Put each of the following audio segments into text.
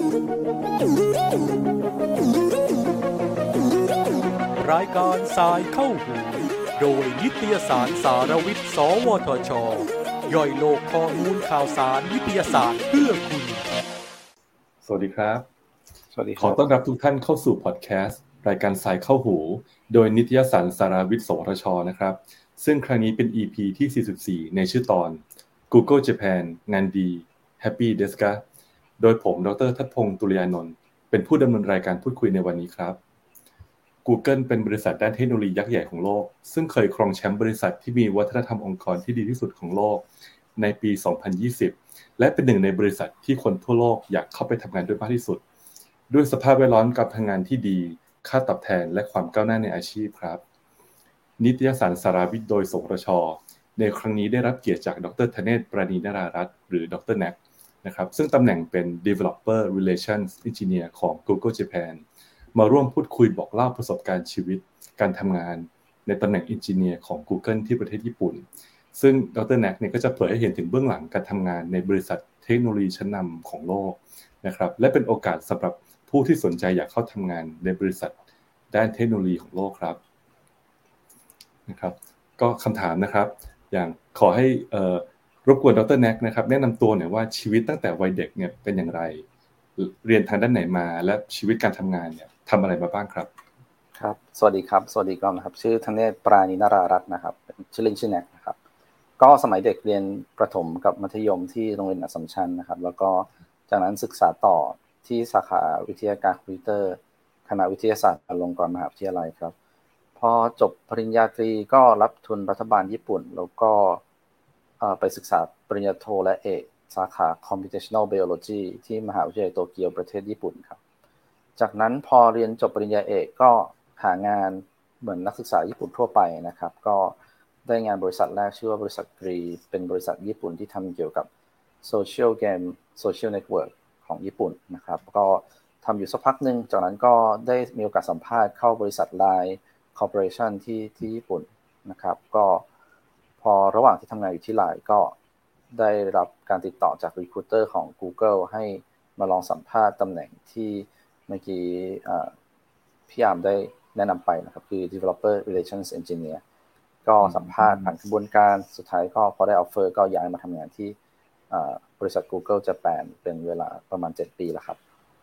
รายการสายเข้าหูโดยนิตยสารสารวิทย์สวทชย่อยโลกข้อมูลข่าวสารวิทยาศาสตร์เพื่อคุณสวัสดีครับสวัสดีขอต้อนรับทุกท่านเข้าสู่พอดแคสต์รายการสายเข้าหูโดยนิตยสารสารวิทย์สวทชนะครับซึ่งครั้งนี้เป็น EP ที่44ในชื่อตอน Google Japan งานดี Happy Deska โดยผมดร.ทัศพงศ์ตุลยานนท์เป็นผู้ดำเนินรายการพูดคุยในวันนี้ครับ Google เป็นบริษัทด้านเทคโนโลยียักษ์ใหญ่ของโลกซึ่งเคยครองแชมป์บริษัทที่มีวัฒนธรรมองค์กรที่ดีที่สุดของโลกในปี 2020 และเป็นหนึ่งในบริษัทที่คนทั่วโลกอยากเข้าไปทำงานด้วยมากที่สุดด้วยสภาพแวดล้อมการทำงานที่ดีค่าตอบแทนและความก้าวหน้าในอาชีพครับนิตยสารสารวิทย์โดยสวทช.ในครั้งนี้ได้รับเกียรติจากดร.ธเนศ ปราณีนรารัตน์หรือดร. แน็กนะครับซึ่งตำแหน่งเป็น Developer Relations Engineer ของ Google Japan มาร่วมพูดคุยบอกเล่าประสบการณ์ชีวิตการทำงานในตำแหน่ง Engineer ของ Google ที่ประเทศญี่ปุ่นซึ่งดร. แน็กเนี่ยก็จะเผยให้เห็นถึงเบื้องหลังการทำงานในบริษัทเทคโนโลยีชั้นนำของโลกนะครับและเป็นโอกาสสำหรับผู้ที่สนใจอยากเข้าทำงานในบริษัทด้านเทคโนโลยีของโลกครับนะครับก็คำถามนะครับอย่างขอให้รบกวนดร. แน็กนะครับแนะนำตัวหน่อยว่าชีวิตตั้งแต่วัยเด็กเนี่ยเป็นอย่างไรเรียนทางด้านไหนมาและชีวิตการทำงานเนี่ยทำอะไรมาบ้างครับครับสวัสดีครับสวัสดีครับนะครับชื่อธเนศ ปราณีนรารัตน์นะครับชื่อเล่นชื่อแน็กนะครับก็สมัยเด็กเรียนประถมกับมัธยมที่โรงเรียนอัสสัมชัญนะครับแล้วก็จากนั้นศึกษาต่อที่สาขาวิทยาการคอมพิวเตอร์คณะวิทยาศาสตร์จุฬาลงกรณ์มหาวิทยาลัยครับพอจบปริญญาตรีก็รับทุนรัฐบาลญี่ปุ่นแล้วก็ไปศึกษาปริญญาโทและเอกสาขา Computational Biology ที่มหาวิทยาลัยโตเกียวประเทศญี่ปุ่นครับจากนั้นพอเรียนจบปริญญาเอกก็หางานเหมือนนักศึกษาญี่ปุ่นทั่วไปนะครับก็ได้งานบริษัทแรกชื่อว่าบริษัทกรีเป็นบริษัทญี่ปุ่นที่ทำเกี่ยวกับ Social Game Social Network ของญี่ปุ่นนะครับก็ทำอยู่สักพักนึงจากนั้นก็ได้มีโอกาสสัมภาษณ์เข้าบริษัท LINE Corporation ที่ญี่ปุ่นนะครับก็พอระหว่างที่ทำงานอยู่ที่ LINE ก็ได้รับการติดต่อจาก Recruiter ของ Google ให้มาลองสัมภาษณ์ตำแหน่งที่เมื่อกี้พี่อาร์มได้แนะนำไปนะครับคือ Developer Relations Engineer ก็สัมภาษณ์ผ่านกระบวนการสุดท้ายก็พอได้ออฟเฟอร์ก็ย้ายมาทำงานที่บริษัท Google Japan เป็นเวลาประมาณ7 ปีแล้วครับ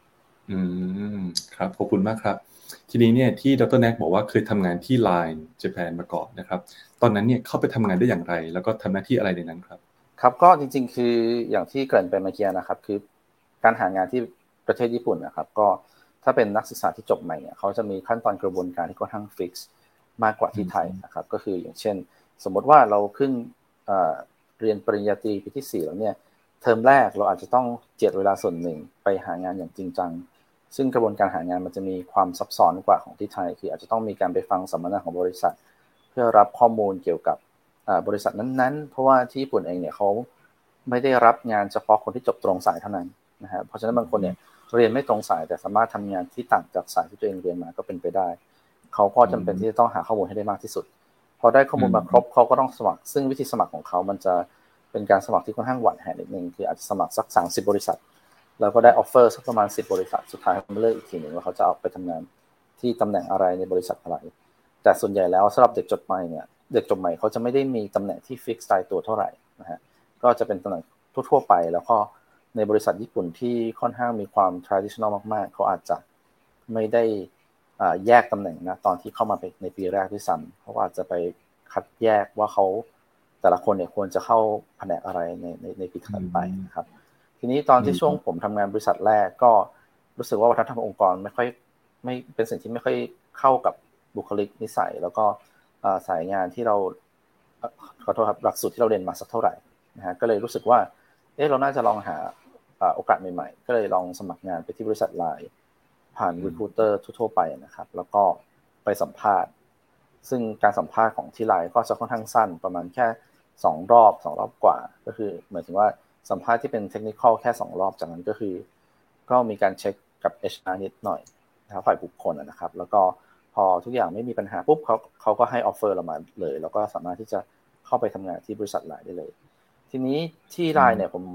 ครับขอบคุณมากครับทีนี้เนี่ยที่ดร. แน็กบอกว่าเคยทำงานที่ LINE Japan มาก่อนนะครับตอนนั้นเนี่ยเข้าไปทำงานได้อย่างไรแล้วก็ทำหน้าที่อะไรในนั้นครับครับก็จริงๆคืออย่างที่เกริ่นไปเมื่อกี้นะครับคือการหางานที่ประเทศญี่ปุ่นนะครับก็ถ้าเป็นนักศึกษาที่จบใหม่เนี่ยเขาจะมีขั้นตอนกระบวนการที่ค่อนข้างฟิกซ์มากกว่าที่ไทยนะครับก็คืออย่างเช่นสมมติว่าเราขึ้นเรียนปริญญาตรีปีที่4แล้วเนี่ยเทอมแรกเราอาจจะต้องเจียดเวลาส่วนหนึ่งไปหางานอย่างจริงจังซึ่งกระบวนการหางานมันจะมีความซับซ้อนกว่าของที่ไทยคืออาจจะต้องมีการไปฟังสัมมนาของบริษัทเพื่อรับข้อมูลเกี่ยวกับบริษัทนั้นๆเพราะว่าที่ญี่ปุ่นเองเนี่ยเขาไม่ได้รับงานเฉพาะคนที่จบตรงสายเท่านั้นนะฮะเพราะฉะนั้นบางคนเนี่ยเรียนไม่ตรงสายแต่สามารถทำงานที่ต่างจากสายที่ตัวเองเรียนมาก็เป็นไปได้เขาก็จำเป็นที่จะต้องหาข้อมูลให้ได้มากที่สุดพอได้ข้อมูลมาครบเขาก็ต้องสมัครซึ่งวิธีสมัครของเขามันจะเป็นการสมัครที่ค่อนข้างหวานแหนิดนึงคืออาจจะสมัครสัก30บริษัทแล้วก็ได้ออฟเฟอร์สักประมาณ10บริษัทสุดท้ายเขาเลือกอีกทีนึงว่าเขาจะเอาไปทำงานที่ตำแหน่งอะไรในบริษัทอะไรแต่ส่วนใหญ่แล้วสำหรับเด็กจบใหม่เนี่ยเด็กจบใหม่เขาจะไม่ได้มีตำแหน่งที่ฟิกซ์ตายตัวเท่าไหร่นะฮะก็จะเป็นตำแหน่งทั่วๆไปแล้วก็ในบริษัทญี่ปุ่นที่ค่อนข้างมีความ traditional มากๆเขาอาจจะไม่ได้แยกตำแหน่งนะตอนที่เข้ามาในปีแรกด้วยซ้ำเพราะว่าจะไปคัดแยกว่าเขาแต่ละคนเนี่ยควรจะเข้าแผนกอะไรในปีถัดไปนะครับทีนี้ตอนที่ช่วงผมทำงานบริษัทแรกก็รู้สึกว่าวัฒนธรรมองค์กรไม่เป็นสิ่งที่ไม่ค่อยเข้ากับบุคลิกนิสัยแล้วก็สายงานที่เราขอโทษครับหลักสูตรที่เราเรียนมาสักเท่าไหร่นะฮะก็เลยรู้สึกว่าเราน่าจะลองหาโอกาสใหม่ๆก็เลยลองสมัครงานไปที่บริษัท LINE ผ่าน Recruiter ทั่วๆไปนะครับแล้วก็ไปสัมภาษณ์ซึ่งการสัมภาษณ์ของที่ LINE ก็จะค่อนข้างสั้นประมาณแค่2 รอบกว่าก็คือหมายถึงว่าสัมภาษณ์ที่เป็น technical แค่2 รอบจากนั้นก็คือก็มีการเช็คกับ HR นิดหน่อยนะครับฝ่ายบุคคลนะครับแล้วก็พอทุกอย่างไม่มีปัญหาปุ๊บเขาก็ให้ออฟเฟอร์เรามาเลยแล้วก็สามารถที่จะเข้าไปทำงานที่บริษัท LINE ได้เลยทีนี้ที่ LINE เนี่ยผม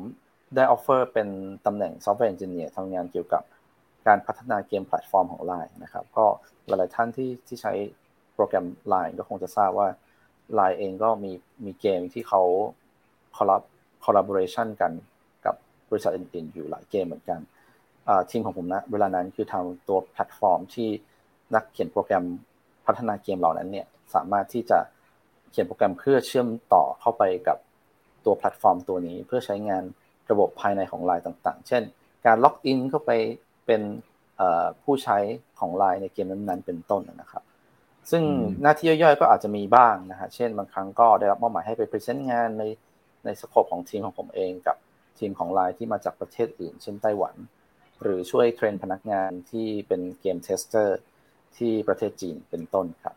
ได้ออฟเฟอร์เป็นตำแหน่งซอฟต์แวร์เอนจิเนียร์ทำงานเกี่ยวกับการพัฒนาเกมแพลตฟอร์มของ LINE นะครับก็หลายๆท่านที่ใช้โปรแกรม LINE ก็คงจะทราบว่า LINE เองก็มีเกมที่เขาcollaboration กันกับบริษัทอื่นๆอยู่หลายเกมเหมือนกันทีมของผมนะเวลานั้นคือทำตัวแพลตฟอร์มที่นักเขียนโปรแกรมพัฒนาเกมเหล่านั้นเนี่ยสามารถที่จะเขียนโปรแกรมเพื่อเชื่อมต่อเข้าไปกับตัวแพลตฟอร์มตัวนี้เพื่อใช้งานระบบภายในของ LINE ต่างๆเช่นการล็อกอินเข้าไปเป็นผู้ใช้ของ LINE ในเกมนั้นๆเป็นต้นนะครับซึ่งหน้าที่ย่อยๆก็อาจจะมีบ้างนะฮะเช่นบางครั้งก็ได้รับมอบหมายให้ไปพรีเซนต์งานในสโคปของทีมของผมเองกับทีมของ LINE ที่มาจากประเทศอื่นเช่นไต้หวันหรือช่วยเทรนพนักงานที่เป็นเกมเทสเตอร์ที่ประเทศจีนเป็นต้นครับ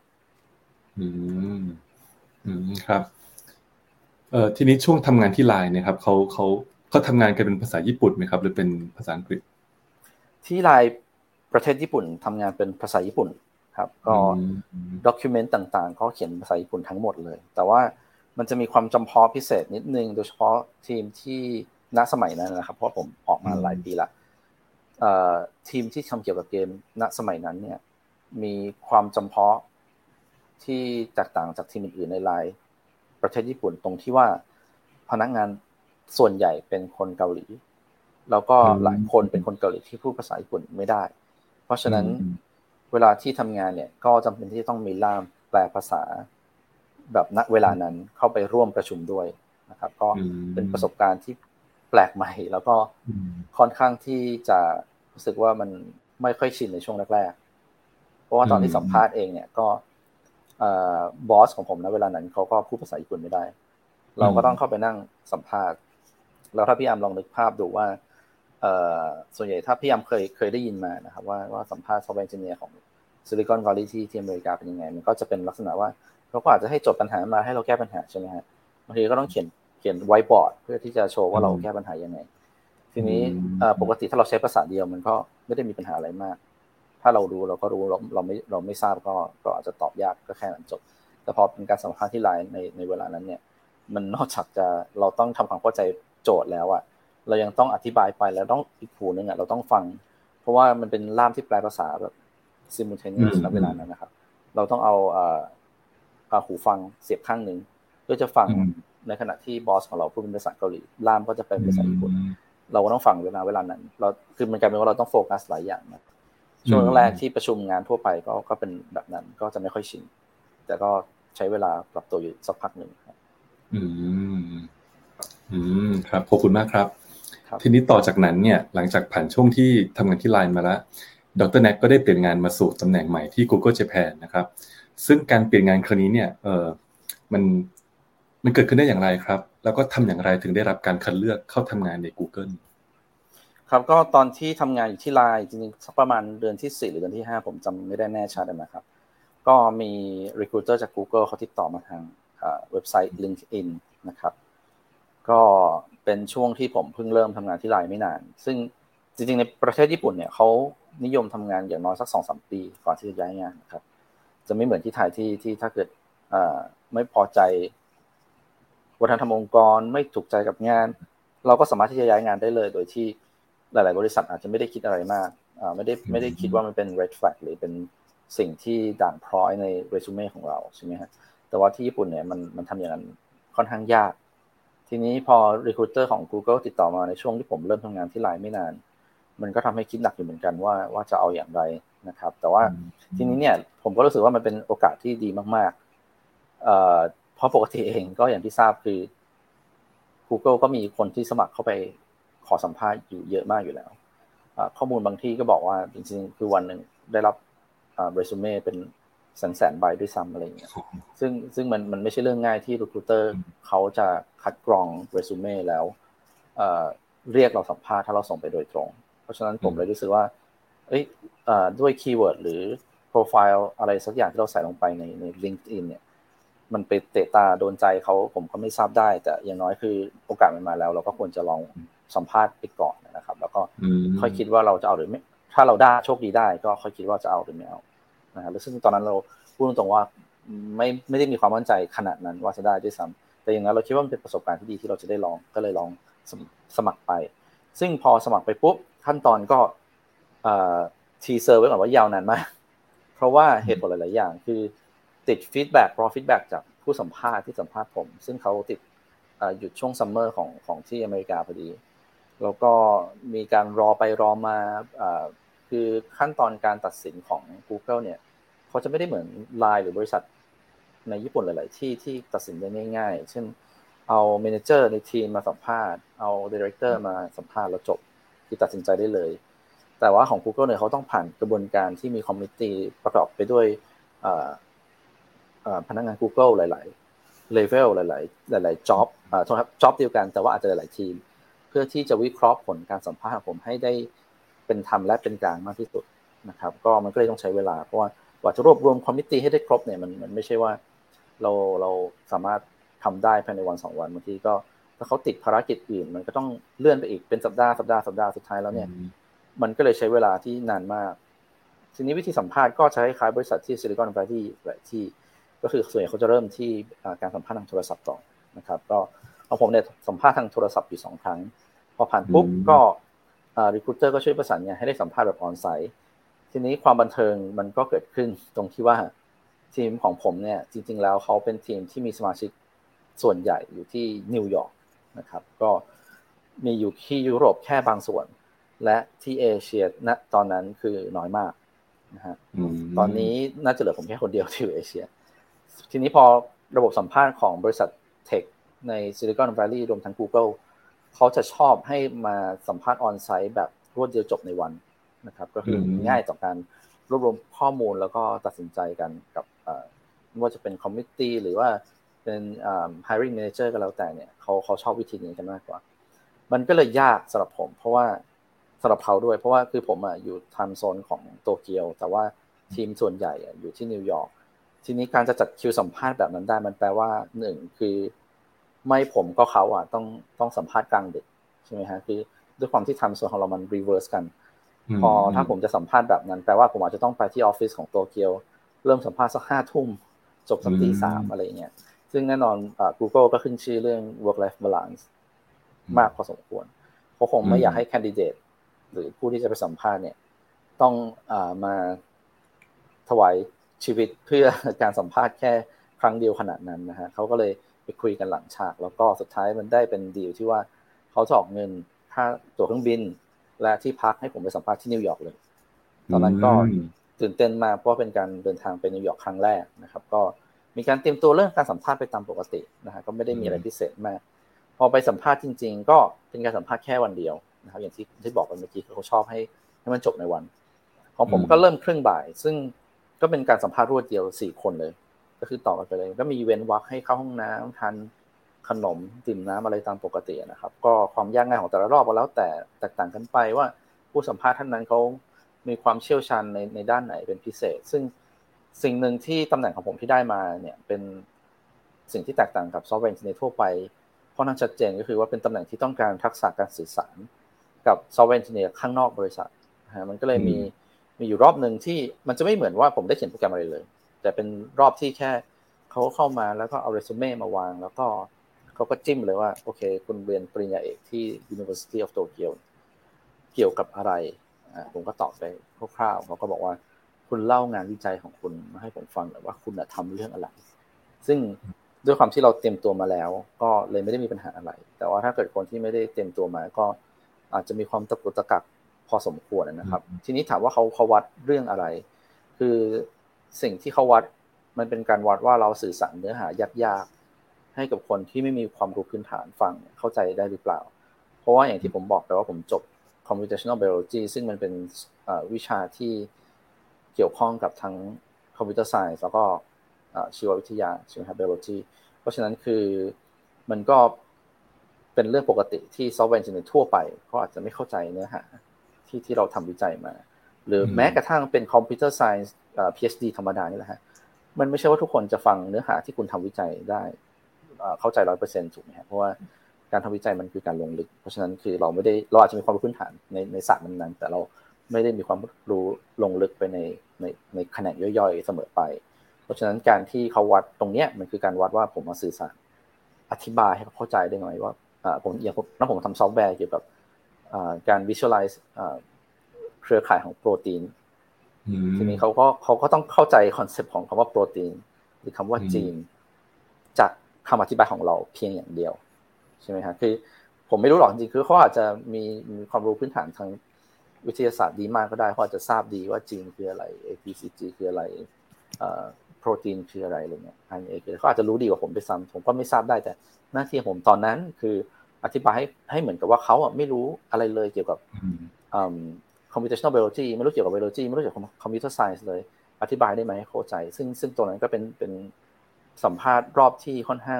ครับทีนี้ช่วงทำงานที่ LINE เนี่ยครับเขาทำงานกันเป็นภาษาญี่ปุ่นไหมครับหรือเป็นภาษาอังกฤษที่ LINE ประเทศญี่ปุ่นทำงานเป็นภาษาญี่ปุ่นครับก็ด็อกิวเมนต์ต่างๆก็เขียนภาษาญี่ปุ่นทั้งหมดเลยแต่ว่ามันจะมีความจำเพาะพิเศษนิดนึงโดยเฉพาะทีมที่ณสมัยนั้นนะครับเพราะผมออกมาหลายปีละทีมที่ทำเกี่ยวกับเกมณสมัยนั้นเนี่ยมีความจำเพาะที่แตกต่างจากทีมอื่นๆใน LINE ประเทศญี่ปุ่นตรงที่ว่าพนักงานส่วนใหญ่เป็นคนเกาหลีแล้วก็หลายคนเป็นคนเกาหลีที่พูดภาษาญี่ปุ่นไม่ได้เพราะฉะนั้นเวลาที่ทำงานเนี่ยก็จำเป็นที่ต้องมีล่ามแปลภาษาแบบณเวลานั้นเข้าไปร่วมประชุมด้วยนะครับก็เป็นประสบการณ์ที่แปลกใหม่แล้วก็ค่อนข้างที่จะรู้สึกว่ามันไม่ค่อยชินในช่วงแรกๆเพราะว่าตอนที่สัมภาษณ์เองเนี่ยก็บอสของผมณเวลานั้นเขาก็พูดภาษาญี่ปุ่นไม่ได้เราก็ต้องเข้าไปนั่งสัมภาษณ์แล้วถ้าพี่อามลองนึกภาพดูว่าส่วนใหญ่ถ้าพี่ยามเคยได้ยินมานะครับว่าสัมภาษณ์ซอฟต์แวร์เอนจิเนียร์ของซิลิคอนวัลเลย์ที่อเมริกาเป็นยังไงมันก็จะเป็นลักษณะว่าเขาก็อาจจะให้โจทย์ปัญหามาให้เราแก้ปัญหาใช่ไหมฮะบางทีก็ต้องเขียนไวท์บอร์ดเพื่อที่จะโชว์ว่าเราแก้ปัญหายังไงทีนี้ปกติถ้าเราใช้ภาษาเดียวมันก็ไม่ได้มีปัญหาอะไรมากถ้าเรารู้เราก็รู้เราไม่ทราบก็อาจจะตอบยากก็แค่นั้นจบแต่พอเป็นการสัมภาษณ์ที่ไลน์ในเวลานั้นเนี่ยมันนอกจากจะเราต้องทำความเข้าใจโจทย์แล้วอะเรายังต้องอธิบายไปแล้วต้องอีกหูนึงเราต้องฟังเพราะว่ามันเป็นล่ามที่แปลภาษาแบบ simultaneous ณเวลานั้นนะครับเราต้องเอาหูฟังเสียบข้างนึงเพื่อจะฟังในขณะที่บอสของเราพูดเป็นภาษาเกาหลีล่ามก็จะเป็นภาษาญี่ปุ่นเราก็ต้องฟังเวลานั้นเราคือมันกลายเป็นว่าเราต้องโฟกัสหลายอย่างนะช่วงแรกที่ประชุมงานทั่วไปก็เป็นแบบนั้นก็จะไม่ค่อยชินแต่ก็ใช้เวลาปรับตัวอยู่สักพักนึงครับครับขอบคุณมากครับทีนี้ต่อจากนั้นเนี่ยหลังจากผ่านช่วงที่ทำงานที่ LINE มาแล้วดร.แน็กก็ได้เปลี่ยนงานมาสู่ตำแหน่งใหม่ที่ Google Japan นะครับซึ่งการเปลี่ยนงานครั้งนี้เนี่ยมันเกิดขึ้นได้อย่างไรครับแล้วก็ทำอย่างไรถึงได้รับการคัดเลือกเข้าทำงานใน Google ครับก็ตอนที่ทำงานอยู่ที่ LINE จริงๆสักประมาณเดือนที่4หรือเดือนที่5ผมจำไม่ได้แน่ชัดนะครับก็มี recruiter จาก Google เขาติดต่อมาทางเว็บไซต์ LinkedIn นะครับก็เป็นช่วงที่ผมเพิ่งเริ่มทำงานที่ LINE ไม่นานซึ่งจริงๆในประเทศญี่ปุ่นเนี่ยเขานิยมทำงานอย่างน้อยสัก 2-3 ปีก่อนที่จะย้ายงานนะครับจะไม่เหมือนที่ไทยที่ถ้าเกิดไม่พอใจวัฒนธรรมองค์กรไม่ถูกใจกับงานเราก็สามารถที่จะย้ายงานได้เลยโดยที่หลายๆบริษัทอาจจะไม่ได้คิดอะไรมากไม่ได้คิดว่ามันเป็น red flag หรือเป็นสิ่งที่ด่างพร้อยในเรซูเม่ของเราใช่ไหมฮะแต่ว่าที่ญี่ปุ่นเนี่ยมันทำอย่างนั้นค่อนข้างยากทีนี้พอ recruiter ของ Google ติดต่อมาในช่วงที่ผมเริ่มทำงานที่ LINE ไม่นานมันก็ทำให้คิดหนักอยู่เหมือนกันว่าจะเอาอย่างไรนะครับแต่ว่าทีนี้เนี่ยผมก็รู้สึกว่ามันเป็นโอกาสที่ดีมากๆเพราะปกติเองก็อย่างที่ทราบคือ Google ก็มีคนที่สมัครเข้าไปขอสัมภาษณ์อยู่เยอะมากอยู่แล้วข้อมูลบางที่ก็บอกว่าจริงๆคือวันหนึ่งได้รับเรซูเม่เป็นแสนใบด้วยซ้ำอะไรอย่างเงี้ยซึ่งมันไม่ใช่เรื่องง่ายที่ recruiter เขาจะคัดกรองเรซูเม่แล้วเรียกเราสัมภาษณ์ถ้าเราส่งไปโดยตรงเพราะฉะนั้นผมเลยรู้สึกว่าด้วยคีย์เวิร์ดหรือโปรไฟล์อะไรสักอย่างที่เราใส่ลงไปใน LinkedIn เนี่ยมันไปเตะตาโดนใจเขาผมก็ไม่ทราบได้แต่อย่างน้อยคือโอกาสมันมาแล้วเราก็ควรจะลองสัมภาษณ์ไปก่อนนะครับแล้วก็ค่อยคิดว่าเราจะเอาหรือไม่ถ้าเราได้โชคดีได้ก็ค่อยคิดว่าจะเอาหรือไม่เอานะครับซึ่งตอนนั้นเราพูดตรงๆว่าไม่ได้มีความมั่นใจขนาดนั้นว่าจะได้ด้วยซ้ำแต่อย่างนั้นเราคิดว่ามันเป็นประสบการณ์ที่ดีที่เราจะได้ลองก็เลยลองสมัครไปซึ่งพอสมัครไปปุ๊บขั้นตอนก็ทีเซอร์ไว้ก่อนว่ายาวนานมากเพราะว่าเหตุผลหลายๆอย่างคือติดฟีดแบ็กรอฟีดแบ็กจากผู้สัมภาษณ์ที่สัมภาษณ์ผมซึ่งเขาติดหยุดช่วงซัมเมอร์ของที่อเมริกาพอดีแล้วก็มีการรอไปรอมาคือขั้นตอนการตัดสินของ Google เนี่ยเขาจะไม่ได้เหมือน LINE หรือบริษัทในญี่ปุ่นหลายๆที่ตัดสินได้ง่ายๆเช่นเอาเมเนเจอร์ในทีมมาสัมภาษณ์เอาดีเรคเตอร์มาสัมภาษณ์แล้วจบคือตัดสินใจได้เลยแต่ว่าของ Google เนี่ยเขาต้องผ่านกระบวนการที่มีคอมมิตตี้ประกอบไปด้วยพนักงาน Google หลายๆ level หลายๆ job โทษครับ job เดียวกันแต่ว่าอาจจะหลายๆทีมเพื่อที่จะวิเคราะห์ผลการสัมภาษณ์ของผมให้ได้เป็นธรรมและเป็นกลางมากที่สุดนะครับก็มันก็เลยต้องใช้เวลาเพราะว่ากว่าจะรวบรวมคอมมิตตี้ให้ได้ครบเนี่ยมันไม่ใช่ว่าเราสามารถทำได้ภายในวัน2วันบางทีก็ถ้าเขาติดภารกิจอื่นมันก็ต้องเลื่อนไปอีกเป็นสัปดาห์สุดท้ายแล้วเนี่ยมันก็เลยใช้เวลาที่นานมากทีนี้วิธีสัมภาษณ์ก็ใช้คล้ายบริษัทที่ Silicon Valley หลายที่ก็คือส่วนใหญ่เขาจะเริ่มที่การสัมภาษณ์ทางโทรศัพท์ก่อนนะครับก็ของผมเนี่ยสัมภาษณ์ทางโทรศัพท์อยู่2ครั้งพอผ่านปุ๊บก็recruiter ก็ช่วยประสานงานให้ได้สัมภาษณ์แบบออนไซต์ทีนี้ความบันเทิงมันก็เกิดขึ้นตรงที่ว่าทีมของผมเนี่ยจริงๆแล้วเขาเป็นทีมที่มีสมาชิกส่วนใหญ่อยู่ที่นิวยอร์กนะครับก็มีอยู่ที่ยุโรปแค่บางส่วนและที่เอเชียณตอนนั้นคือน้อยมากนะฮะตอนนี้น่าจะเหลือผมแค่คนเดียวที่อยู่เอเชียทีนี้พอระบบสัมภาษณ์ของบริษัทเทคใน Silicon Valley รวมทั้ง Google เขาจะชอบให้มาสัมภาษณ์ออนไซต์แบบรวดเดียวจบในวันนะครับก็คือง่ายต่อการรวบรวมข้อมูลแล้วก็ตัดสินใจกันกับไม่ว่าจะเป็นคอมมิตตี้หรือว่าเป็นhiring manager ก็แล้วแต่เนี่ยเขาชอบวิธีนี้กันมากกว่ามันก็เลยยากสำหรับผมเพราะว่าสำหรับเขาด้วยเพราะว่าคือผมอยู่ไทม์โซนของโตเกียวแต่ว่าทีมส่วนใหญ่อยู่ที่นิวยอร์กทีนี้การจะจัดคิวสัมภาษณ์แบบนั้นได้มันแปลว่า1คือไม่ผมก็เขาต้องสัมภาษณ์กลางดึกใช่ไหมฮะคือด้วยความที่ไทม์โซนของเรามันรีเวิร์สกันพอถ้าผมจะสัมภาษณ์แบบนั้นแปลว่าผมอาจจะต้องไปที่ออฟฟิศของโตเกียวเริ่มสัมภาษณ์สัก 5:00 นจบสัก 3:00 นอะไรเงี้ยซึ่งแน่นอนGoogle ก็ขึ้นชื่อเรื่อง work life balance มากพอสมควรเขาคงไม่อยากให้แคนดิเดตหรือผู้ที่จะไปสัมภาษณ์เนี่ยต้องมาถวายชีวิตเพื่อการสัมภาษณ์แค่ครั้งเดียวขนาดนั้นนะฮะเขาก็เลยไปคุยกันหลังฉากแล้วก็สุดท้ายมันได้เป็นดีลที่ว่าเขาจะออกเงินค่าตั๋วเครื่องบินและที่พักให้ผมไปสัมภาษณ์ที่นิวยอร์กเลยตอนนั้นก็ตื่นเต้นมากเพราะเป็นการเดินทางไปนิวยอร์กครั้งแรกนะครับก็มีการเตรียมตัวเรื่องการสัมภาษณ์ไปตามปกตินะฮะก็ไม่ได้มีอะไรพิเศษมากพอไปสัมภาษณ์จริงๆก็เป็นการสัมภาษณ์แค่วันเดียวนะครับอย่างที่บอกไปเมื่อกี้เขาชอบให้มันจบในวันของผมก็เริ่มครึ่งบ่ายซึ่งก็เป็นการสัมภาษณ์รวดเดียว4คนเลยก็คือต่อกันไปเลยก็มีเว้นวรรคให้เข้าห้องน้ำทานขนมดื่มน้ำอะไรตามปกตินะครับก็ความยากง่ายของแต่ละรอบก็แล้วแต่แตกต่างกันไปว่าผู้สัมภาษณ์ท่านนั้นเขามีความเชี่ยวชาญในด้านไหนเป็นพิเศษซึ่งสิ่งหนึ่งที่ตำแหน่งของผมที่ได้มาเนี่ยเป็นสิ่งที่แตกต่างกับซอฟต์แวร์เอนจิเนียร์ทั่วไปค่อนข้างชัดเจนก็คือว่าเป็นตำแหน่งที่ต้องการทักษะการสื่อสารกับซอฟต์แวร์เอนจิเนียร์ข้างนอกบริษัทมันก็เลยมีอยู่รอบนึงที่มันจะไม่เหมือนว่าผมได้เขียนโปรแกรมอะไรเลยแต่เป็นรอบที่แค่เขาเข้ามาแล้วก็เอาเรซูเม่มาวางแล้วก็เขาก็จิ้มเลยว่าโอเคคุณเรียนปริญญาเอกที่ University of Tokyo เกี่ยวกับอะไรผมก็ตอบไปคร่าวๆเขาก็บอกว่าคุณเล่างานวิจัยของคุณมาให้ผมฟังหน่อยว่าคุณทำเรื่องอะไรซึ่งด้วยความที่เราเตรียมตัวมาแล้วก็เลยไม่ได้มีปัญหาอะไรแต่ว่าถ้าเกิดคนที่ไม่ได้เตรียมตัวมาก็อาจจะมีความตะกุกตะกักพอสมควรนะครับทีนี้ถามว่าเขาวัดเรื่องอะไรคือสิ่งที่เขาวัดมันเป็นการวัดว่าเราสื่อสารเนื้อหายากๆให้กับคนที่ไม่มีความรู้พื้นฐานฟังเข้าใจได้หรือเปล่าเพราะว่าอย่างที่ผมบอกไปว่าผมจบ computational biology ซึ่งมันเป็นวิชาที่เกี่ยวข้องกับทั้ง computer science แล้วก็ชีววิทยาใช่ไหมครับ biology เพราะฉะนั้นคือมันก็เป็นเรื่องปกติที่ software engineer ทั่วไปเขาอาจจะไม่เข้าใจเนื้อหาที่เราทำวิจัยมาหรือแม้กระทั่งเป็น computer science PhD ธรรมดานี่แหละฮะมันไม่ใช่ว่าทุกคนจะฟังเนื้อหาที่คุณทำวิจัยได้เข้าใจ 100% ถูกไหมครับเพราะว่าการทำวิจัยมันคือการลงลึกเพราะฉะนั้นคือเราอาจจะมีความรู้พื้นฐานในศาสตร์นั้นๆแต่เราไม่ได้มีความรู้ลงลึกไปในแขนงย่อยๆเสมอไปเพราะฉะนั้นการที่เขาวัดตรงเนี้ยมันคือการวัดว่าผมมาสื่อสารอธิบายให้เขาเข้าใจได้ไหมว่าผมทำซอฟต์แวร์เกี่ยวกับการ visualize เครือข่ายของโปรตีนทีนี้เขาก็ต้องเข้าใจคอนเซปต์ของคำว่าโปรตีนหรือคำว่าจีนจากคำอธิบายของเราเพียงอย่างเดียวใช่ไหมครับคือผมไม่รู้หรอกจริงๆคือเขาอาจจะมีความรู้พื้นฐานทางวิทยาศาสตร์ดีมากก็ได้เขาอาจจะทราบดีว่าจีนคืออะไร ATCG คืออะไรโปรตีนคืออะไรอะไรเงี้ย RNA คือเขาอาจจะรู้ดีกว่าผมด้วยซ้ำผมก็ไม่ทราบได้แต่หน้าที่ผมตอนนั้นคืออธิบายให้เหมือนกับว่าเขาไม่รู้อะไรเลยเกี่ยวกับcomputational biology ไม่รู้เกี่ยวกับ biology ไม่รู้เกี่ยวกับ computer science เลยอธิบายได้ไหมให้เข้าใจซึ่งตรงนั้นก็เป็นสัมภาษณ์รอบที่ค่อนข้าง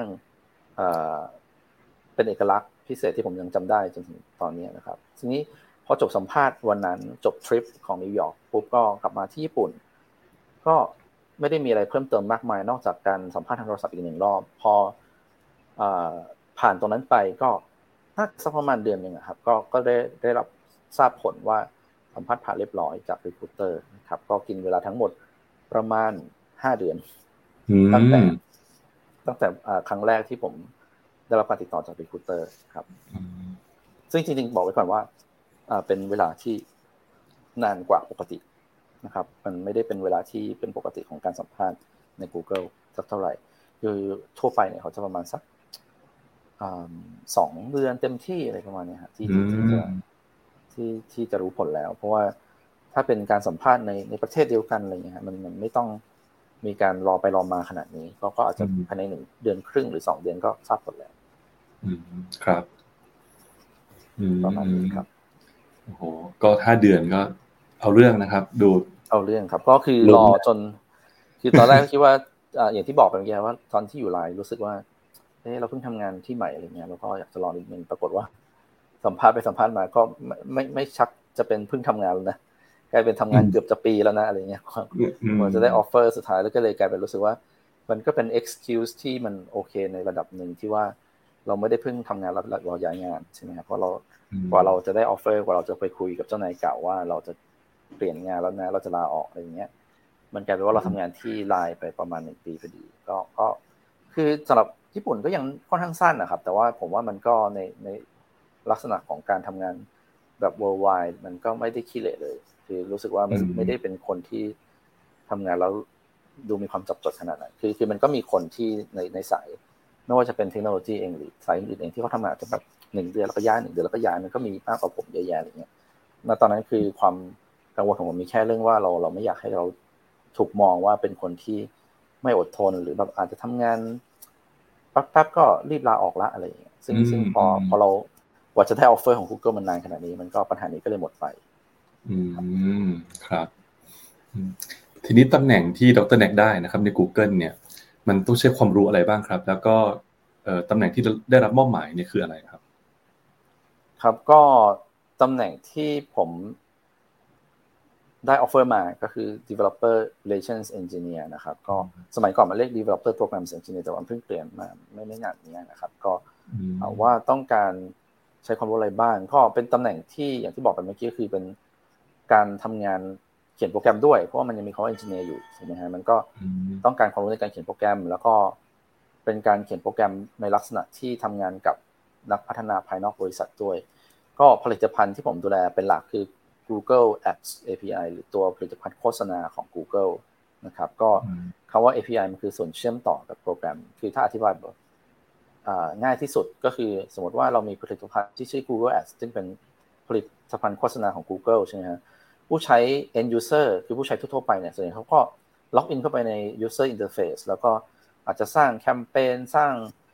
เป็นเอกลักษณ์พิเศษที่ผมยังจำได้จนถึงตอนนี้นะครับทีนี้พอจบสัมภาษณ์วันนั้นจบทริปของนิวยอร์กปุ๊บก็กลับมาที่ญี่ปุ่นก็ไม่ได้มีอะไรเพิ่มเติมมากมายนอกจากการสัมภาษณ์ทางโทรศัพท์อีก1 รอบพอผ่านตรงนั้นไปก็สักประมาณเดือนนึงครับก็ได้รับทราบผลว่าสัมภาษณ์ผ่านเรียบร้อยจาก recruiter นะครับก็กินเวลาทั้งหมดประมาณ5 เดือนตั้งแต่ครั้งแรกที่ผมได้รับการติดต่อจาก recruiter ครับซึ่งจริงๆบอกไว้ก่อนว่าเป็นเวลาที่นานกว่าปกตินะครับมันไม่ได้เป็นเวลาที่เป็นปกติของการสัมภาษณ์ใน Google สักเท่าไหร่คือทั่วไปเนี่ยเขาจะประมาณสัก2 เดือนเต็มที่อะไรประมาณนี้ครับที่จะรู้ผลแล้วเพราะว่าถ้าเป็นการสัมภาษณ์ในประเทศเดียวกันอะไรเงี้ยมันไม่ต้องมีการรอไปรอมาขนาดนี้ก็อาจจะภายใน1 เดือนครึ่งหรือ2 เดือนก็ทราบผลแล้วครับประมาณนี้ครับโอ้โหก็5 เดือนก็เอาเรื่องนะครับดูเอาเรื่องครับก็คือรอจนคือตอนแรกก็คิดว่าอย่างที่บอกไปเมื่อกี้ว่าตอนที่อยู่ไลน์รู้สึกว่าเราเพิ่งทำงานที่ใหม่อะไรเงี้ยแล้วก็อยากจะรอนิดนึงปรากฏว่าสัมภาษณ์ไปสัมภาษณ์มาก็ไม่ชักจะเป็นเพิ่งทำงานแล้วนะกลายเป็นทำงานเกือบจะปีแล้วนะอะไรเงี้ยกว่าจะได้ออฟเฟอร์สุดท้ายแล้วก็เลยกลายเป็นรู้สึกว่ามันก็เป็น excuse ที่มันโอเคในระดับหนึ่งที่ว่าเราไม่ได้เพิ่งทำงานเราย้ายงานใช่ไหมครับเพราะกว่าเราจะได้ออฟเฟอร์กว่าเราจะไปคุยกับเจ้านายเก่าว่าเราจะเปลี่ยนงานแล้วนะเราจะลาออกอะไรเงี้ยมันกลายเป็นว่าเราทำงานที่ไลน์ไปประมาณ1 ปีพอดีก็คือสำหรับญี่ปุ่นก็ยังค่อนข้างสั้นนะครับแต่ว่าผมว่ามันก็ในลักษณะของการทำงานแบบ worldwide มันก็ไม่ได้ขี้เหร่เลยคือรู้สึกว่าไม่ได้เป็นคนที่ทำงานแล้วดูมีความจับจดขนาดนั้นคือมันก็มีคนที่ในสายไม่ว่าจะเป็นเทคโนโลยีเองหรือสายอื่นเองที่เขาทำงานจะแบบ1 เดือนแล้วก็ย้าย1 เดือนแล้วก็ย้ายมันก็มีมากกว่าผมเยอะแยะอะไรเงี้ยณตอนนั้นคือความกังวลของผมมีแค่เรื่องว่าเราไม่อยากให้เราถูกมองว่าเป็นคนที่ไม่อดทนหรือแบบอาจจะทำงานแป๊บๆก็รีบลาออกละอะไรอย่างเงี้ยซึ่งพอเรากว่าจะได้ออฟเฟอร์ของ Google มันนานขนาดนี้มันก็ปัญหานี้ก็เลยหมดไปครับทีนี้ตำแหน่งที่ดร.แน็กได้นะครับใน Google เนี่ยมันต้องใช้ความรู้อะไรบ้างครับแล้วก็ตำแหน่งที่ได้รับมอบหมายเนี่ยคืออะไรครับครับก็ตำแหน่งที่ผมได้ออฟเฟอร์มาก็คือ Developer Relations Engineer นะครับก็สมัยก่อนมันเรียก Developer Programs Engineer แต่ว่าเพิ่งเปลี่ยนมาไม่นานนี้นะครับก็ว่าต้องการใช้ความรู้อะไรบ้างก็เป็นตำแหน่งที่อย่างที่บอกไปเมื่อกี้คือเป็นการทำงานเขียนโปรแกรมด้วยเพราะว่ามันยังมีคำว่า Engineer อยู่ใช่ไหมฮะมันก็ต้องการความรู้ในการเขียนโปรแกรมแล้วก็เป็นการเขียนโปรแกรมในลักษณะที่ทำงานกับนักพัฒนาภายนอกบริษัทด้วยก็ผลิตภัณฑ์ที่ผมดูแลเป็นหลักคือ Google Ads API หรือตัวผลิตภัณฑ์โฆษณาของ Google นะครับก็คำว่า API มันคือส่วนเชื่อมต่อกับโปรแกรมคือถ้าอธิบายง่ายที่สุดก็คือสมมติว่าเรามีผลิตภัณฑ์ที่ชื่อ Google Ads ซึ่งเป็นผลิตภัณฑ์โฆษณาของ Google ใช่ไหมครับผู้ใช้ end user คือผู้ใช้ทั่วไปเนี่ยส่วนใหญ่เขาก็ล็อกอินเข้าไปใน user interface แล้วก็อาจจะสร้างแคมเปญสร้าง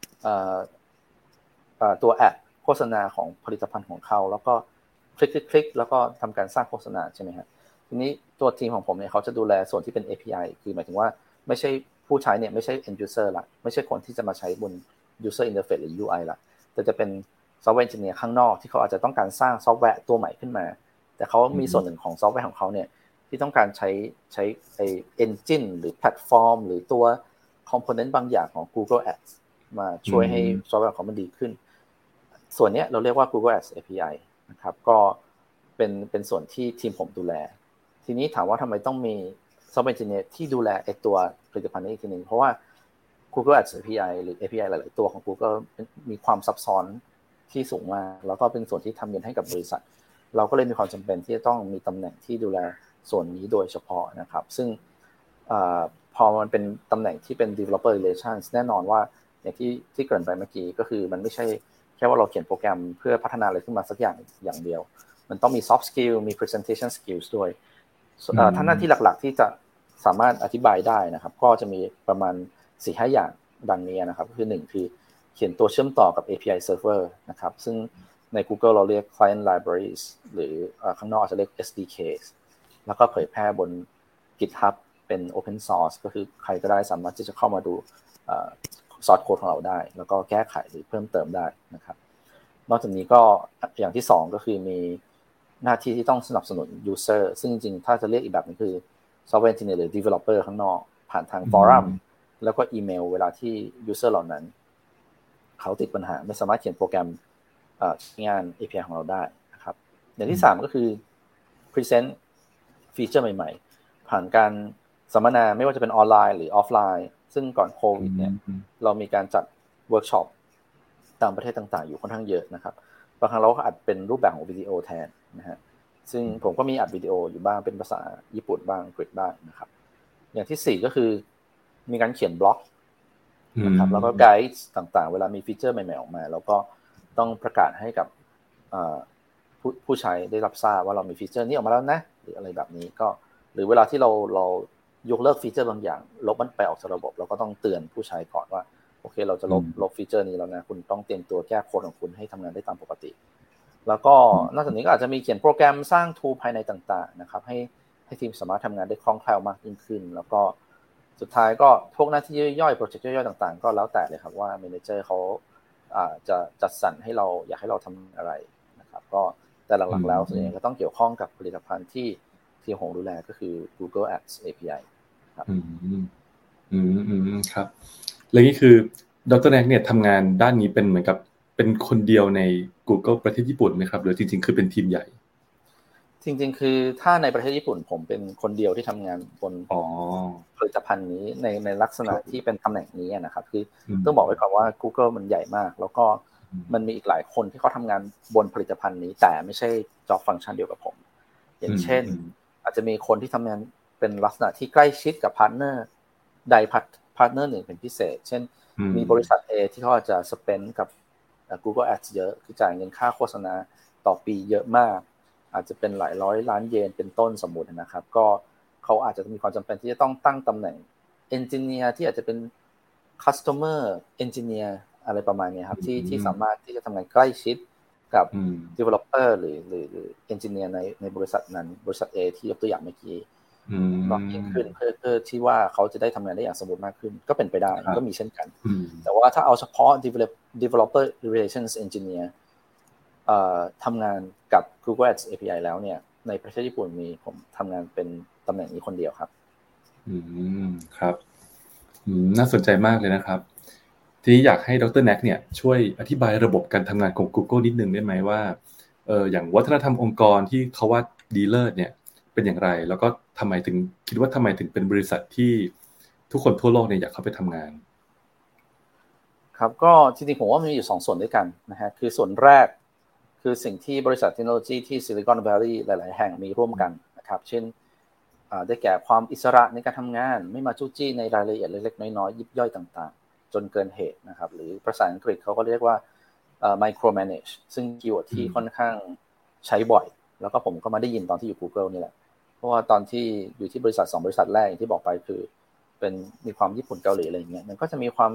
ตัวแอดโฆษณาของผลิตภัณฑ์ของเขาแล้วก็คลิกแล้วก็ทำการสร้างโฆษณาใช่ไหมครับทีนี้ตัวทีมของผมเนี่ยเขาจะดูแลส่วนที่เป็น API คือหมายถึงว่าไม่ใช่ผู้ใช้เนี่ยไม่ใช่ end user ละไม่ใช่คนที่จะมาใช้บน user interface หรือ UI ละแต่จะเป็นซอฟต์แวร์เอนจิเนียร์ข้างนอกที่เขาอาจจะต้องการสร้างซอฟต์แวร์ตัวใหม่ขึ้นมาแต่เขามีส่วนหนึ่งของซอฟต์แวร์ของเขาเนี่ยที่ต้องการใช้ไอ้ engine หรือแพลตฟอร์มหรือตัว component บางอย่างของ Google Ads มาช่วยให้ซอฟต์แวร์ของเขามันดีขึ้นส่วนนี้เราเรียกว่า Google Ads API นะครับก็เป็นส่วนที่ทีมผมดูแลทีนี้ถามว่าทำไมต้องมี Software Engineer ที่ดูแลไอ้ตัวผลิตภัณฑ์นี้อีกทีนึงเพราะว่า Google Ads API หรือ API หลายๆตัวของ Google มีความซับซ้อนที่สูงมากแล้วก็เป็นส่วนที่ทำเงินให้กับบริษัทเราก็เลยมีความจำเป็นที่จะต้องมีตำแหน่งที่ดูแลส่วนนี้โดยเฉพาะนะครับซึ่งพอมันเป็นตำแหน่งที่เป็น developer relations แน่นอนว่าอย่างที่เกริ่นไปเมื่อกี้ก็คือมันไม่ใช่แค่ว่าเราเขียนโปรแกรมเพื่อพัฒนาอะไรขึ้นมาสักอย่างเดียวมันต้องมี soft skill มี presentation skills ด้วยถ้าหน้าที่หลักๆที่จะสามารถอธิบายได้นะครับก็จะมีประมาณ 4-5 อย่างดังนี้นะครับคือ1คือเขียนตัวเชื่อมต่อกับ API server นะครับซึ่งใน Google เราเรียก client libraries หรือข้างนอกจะเรียก SDKs แล้วก็เผยแพร่บน GitHub เป็น open source ก็คือใครก็ได้สามารถที่จะเข้ามาดูsource code ของเราได้แล้วก็แก้ไขหรือเพิ่มเติมได้นะครับนอกจากนี้ก็อย่างที่2ก็คือมีหน้าที่ที่ต้องสนับสนุน user ซึ่งจริงๆถ้าจะเรียกอีกแบบนึงคือ software engineer หรือ developer ข้างนอกผ่านทางฟอรัมแล้วก็อีเมลเวลาที่ user เหล่านั้นเขาติดปัญหาไม่สามารถเขียนโปรแกรมงาน API ของเราได้นะครับอย่างที่3ก็คือ present ฟีเจอร์ใหม่ๆผ่านการสัมมนาไม่ว่าจะเป็นออนไลน์หรือออฟไลน์ซึ่งก่อนโควิดเนี่ยเรามีการจัดเวิร์กช็อปตามประเทศต่างๆอยู่ค่อนข้างเยอะนะครับบางครั้งเราก็อัดเป็นรูปแบบของวิดีโอแทนนะฮะซึ่งผมก็มีอัดวิดีโออยู่บ้างเป็นภาษาญี่ปุ่นบ้างอังกฤษบ้างนะครับอย่างที่4ก็คือมีการเขียนบล็อกนะครับแล้วก็ไกด์ต่างๆเวลามีฟีเจอร์ใหม่ๆออกมาเราก็ต้องประกาศให้กับผู้ใช้ได้รับทราบว่าเรามีฟีเจอร์นี้ออกมาแล้วนะหรืออะไรแบบนี้ก็หรือเวลาที่เรายกเลิกฟีเจอร์บางอย่างลบมันไปออกจากระบบเราก็ต้องเตือนผู้ใช้ก่อนว่าโอเคเราจะลบฟีเจอร์นี้แล้วนะคุณต้องเตรียมตัวแก้โค้ดของคุณให้ทำงานได้ตามปกติแล้วก็นอกจากนี้ก็อาจจะมีเขียนโปรแกรมสร้าง tool ภายในต่างๆนะครับให้ทีมสามารถทำงานได้คล่องแคล่วมากยิ่งขึ้นแล้วก็สุดท้ายก็พวกหน้าที่ย่อยๆโปรเจกต์ย่อยๆต่างๆก็แล้วแต่เลยครับว่าเมเนเจอร์เขาจะจัดสรรให้เราอยากให้เราทำอะไรนะครับก็แต่หลักๆแล้วส่วนใหญ่ก็ต้องเกี่ยวข้องกับผลิตภัณฑ์ที่ทีมของดูแลก็คือ Google Ads API ครับครับแล้วนี่คือดร.แน็กเนี่ยทำงานด้านนี้เป็นเหมือนกับเป็นคนเดียวใน Google ประเทศญี่ปุ่นไหมครับหรือจริงๆคือเป็นทีมใหญ่จริงๆคือถ้าในประเทศญี่ปุ่นผมเป็นคนเดียวที่ทำงานบนผลิตภัณฑ์นี้ในลักษณะที่เป็นตำแหน่งนี้นะครับคือต้องบอกไว้ก่อนว่า Google มันใหญ่มากแล้วก็มันมีอีกหลายคนที่เขาทำงานบนผลิตภัณฑ์นี้แต่ไม่ใช่ job function เดียวกับผมอย่างเช่นอาจจะมีคนที่ทำงานเป็นลักษณะที่ใกล้ชิดกับพาร์ทเนอร์ใดพาร์ทเนอร์หนึ่งเป็นพิเศษเช่นมีบริษัท A ที่เขาอาจจะ spend กับ Google Ads เยอะคือจ่ายเงินค่าโฆษณาต่อปีเยอะมากอาจจะเป็นหลายร้อยล้านเยนเป็นต้นสมมุตินะครับก็เขาอาจจะมีความจำเป็นที่จะต้องตั้งตำแหน่ง Engineer ที่อาจจะเป็น Customer Engineer อะไรประมาณนี้ครับที่สามารถที่จะทำงานใกล้ชิดกับ Developer หรือ Engineer ในบริษัทนั้นบริษัท A ที่ยกตัวอย่างเมื่อกี้มากยิ่งขึ้นเพื่อที่ว่าเขาจะได้ทำงานได้อย่างสมบูรณ์มากขึ้นก็เป็นไปได้ก็มีเช่นกันแต่ว่าถ้าเอาเฉพาะ Developer Relations Engineerทำงานกับ Google Ads API แล้วเนี่ยในประเทศญี่ปุ่นมีผมทำงานเป็นตำแหน่งนี้คนเดียวครับครับน่าสนใจมากเลยนะครับทีนี้อยากให้ดร.แน็กเนี่ยช่วยอธิบายระบบการทำงานของ Google นิดนึงได้ไหมว่าอย่างวัฒนธรรมองค์กรที่เขาว่าดีเลิศเนี่ยเป็นอย่างไรแล้วก็ทำไมถึงคิดว่าทำไมถึงเป็นบริษัทที่ทุกคนทั่วโลกเนี่ยอยากเข้าไปทำงานครับก็จริงๆผมว่ามันมีอยู่2ส่วนด้วยกันนะฮะคือส่วนแรกคือสิ่งที่บริษัทเทคโนโลยีที่ซิลิคอนวัลลีย์หลายๆแห่งมีร่วมกันนะครับเช่นได้แก่ความอิสระในการทำงานไม่มาจู้จี้ในรายละเอียดเล็กๆน้อยๆยิบย่อยต่างๆจนเกินเหตุนะครับหรือภาษาอังกฤษเขาก็เรียกว่าmicro manage ซึ่งคีย์เวิร์ดที่ค่อนข้างใช้บ่อยแล้วก็ผมก็มาได้ยินตอนที่อยู่ Google นี่แหละเพราะว่าตอนที่อยู่ที่บริษัท2บริษัทแรกที่บอกไปคือเป็นมีความญี่ปุ่นเกาหลีอะไรอย่างเงี้ยมันก็จะมีความ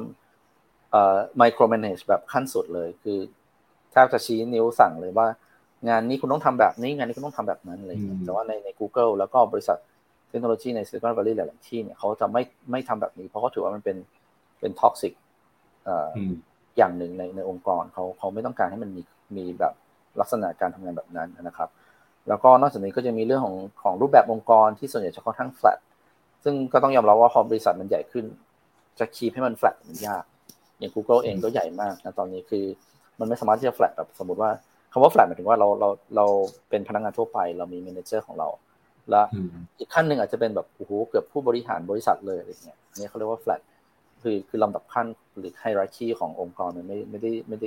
micro manage แบบขั้นสุดเลยคือแทบจะชี้นิ้วสั่งเลยว่างานนี้คุณต้องทำแบบนี้งานนี้คุณต้องทำแบบนั้นอะไรอย่างเงี้ยแต่ว่าใน Google แล้วก็บริษัทเทคโนโลยีใน Silicon Valley หลายๆที่เนี่ยเขาจะไม่ทำแบบนี้เพราะเขาถือว่ามันเป็นท็อกซิกอย่างหนึ่งในองค์กรเขาไม่ต้องการให้มันมีแบบลักษณะการทำงานแบบนั้นนะครับแล้วก็นอกจากนี้ก็จะมีเรื่องของรูปแบบองค์กรที่ส่วนใหญ่จะค่อนข้าง flat ซึ่งก็ต้องยอมรับว่าพอบริษัทมันใหญ่ขึ้นจะคีปให้มัน flat มันยากอย่าง Google เองก็ใหญ่มากนะตอนนี้คือมันไม่สามารถที่จะ flat แบบสมมติว่าคำว่า flat หมายถึงว่าเราเป็นพนักงานทั่วไปเรามี manager ของเราและอีกขั้นหนึ่งอาจจะเป็นแบบโอ้โหเกือบผู้บริหารบริษัทเลยอะไรเงี้ยนี่เขาเรียกว่า flatคือลำดับขั้นหรือ hierarchy ขององค์กรมันไม่ได้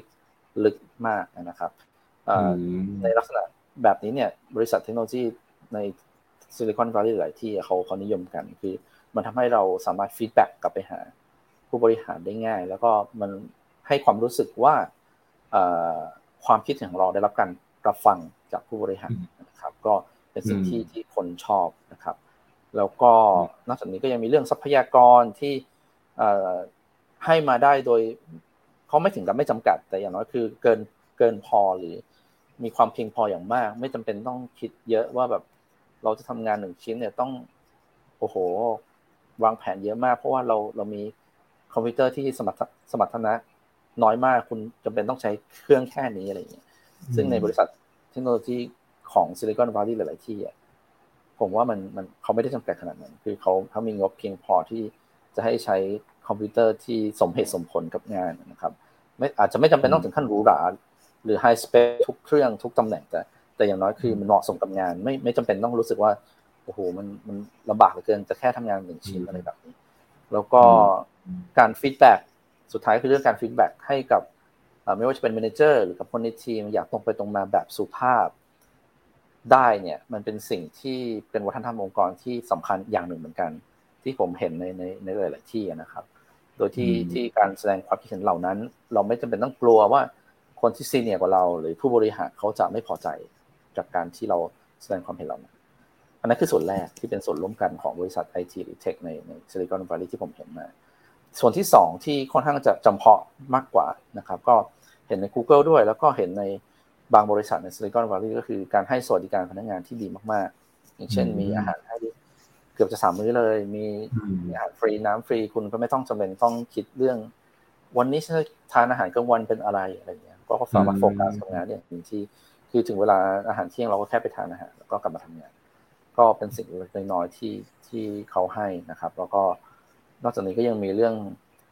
ลึกมากนะครับในลักษณะแบบนี้เนี่ยบริษัทเทคโนโลยีในซิลิคอนวัลลีย์หลายที่เขานิยมกันคือมันทำให้เราสามารถฟีดแบ็กกลับไปหาผู้บริหารได้ง่ายแล้วก็มันให้ความรู้สึกว่าความคิดของเราได้รับการรับฟังจากผู้บริหารนะครับก็เป็นสิ่งที่คนชอบนะครับแล้วก็นอกจากนี้ก็ยังมีเรื่องทรัพยากรที่ให้มาได้โดยเขาไม่ถึงกับไม่จำกัดแต่อย่างน้อยคือเกินพอหรือมีความเพียงพออย่างมากไม่จำเป็นต้องคิดเยอะว่าแบบเราจะทำงาน1ชิ้นเนี่ยต้องโอ้โหวางแผนเยอะมากเพราะว่าเรามีคอมพิวเตอร์ที่สมรรถนะน้อยมากคุณจำเป็นต้องใช้เครื่องแค่นี้อะไรอย่างเงี้ยซึ่งในบริษัทเทคโนโลยีของซิลิคอนวัลลีย์หลายๆที่อ่ะผมว่ามันเขาไม่ได้จำกัดขนาดนั้นคือเขามีงบเพียงพอที่จะให้ใช้คอมพิวเตอร์ที่สมเหตุสมผลกับงานนะครับอาจจะไม่จำเป็นต้องถึงขั้นหรูหราหรือไฮสเปคทุกเครื่องทุกตำแหน่งแต่อย่างน้อยคือมันเหมาะสมกับงานไม่จำเป็นต้องรู้สึกว่าโอ้โหมันลำบากเหลือเกินจะแค่ทำงาน1ชิ้นอะไรแบบนี้แล้วก็การฟีดแบ็กสุดท้ายคือเรื่องการฟีดแบ็กให้กับไม่ว่าจะเป็นแมเนเจอร์หรือกับคนในทีมอยากตรงไปตรงมาแบบสุภาพได้เนี่ยมันเป็นสิ่งที่เป็นวัฒนธรรมองค์กรที่สำคัญอย่างหนึ่งเหมือนกันที่ผมเห็นในหลายๆที่นะครับโดยที่การแสดงความคิดเห็นเหล่านั้นเราไม่จำเป็นต้องกลัวว่าคนที่ซีเนียร์กว่าเราหรือผู้บริหารเขาจะไม่พอใจจากการที่เราแสดงความเห็นเหล่านั้นอันนั้นคือส่วนแรกที่เป็นส่วนร่วมกันของบริษัท IT หรือ Tech ในซิลิคอนวัลลีย์ที่ผมเห็นมาส่วนที่2ที่ค่อนข้างจะจำเพาะมากกว่านะครับก็เห็นใน Google ด้วยแล้วก็เห็นในบางบริษัทในซิลิคอนวัลลีย์ก็คือการให้สวัสดิการพนักงานที่ดีมากๆอย่างเช่นมีอาหารให้เกือบจะ3 มื้อเลยมีอาหารฟรีน้ำฟรีคุณก็ไม่ต้องจำเป็นต้องคิดเรื่องวันนี้ฉันจะทานอาหารกลางวันเป็นอะไรเงี้ยก็สามารถโฟกัสกับงานเนี่ยที่คือถึงเวลาอาหารเที่ยงเราก็แค่ไปทานอาหารแล้วก็กลับมาทำงานก็เป็นสิ่งเล็กน้อยที่เขาให้นะครับแล้วก็นอกจากนี้ก็ยังมีเรื่อง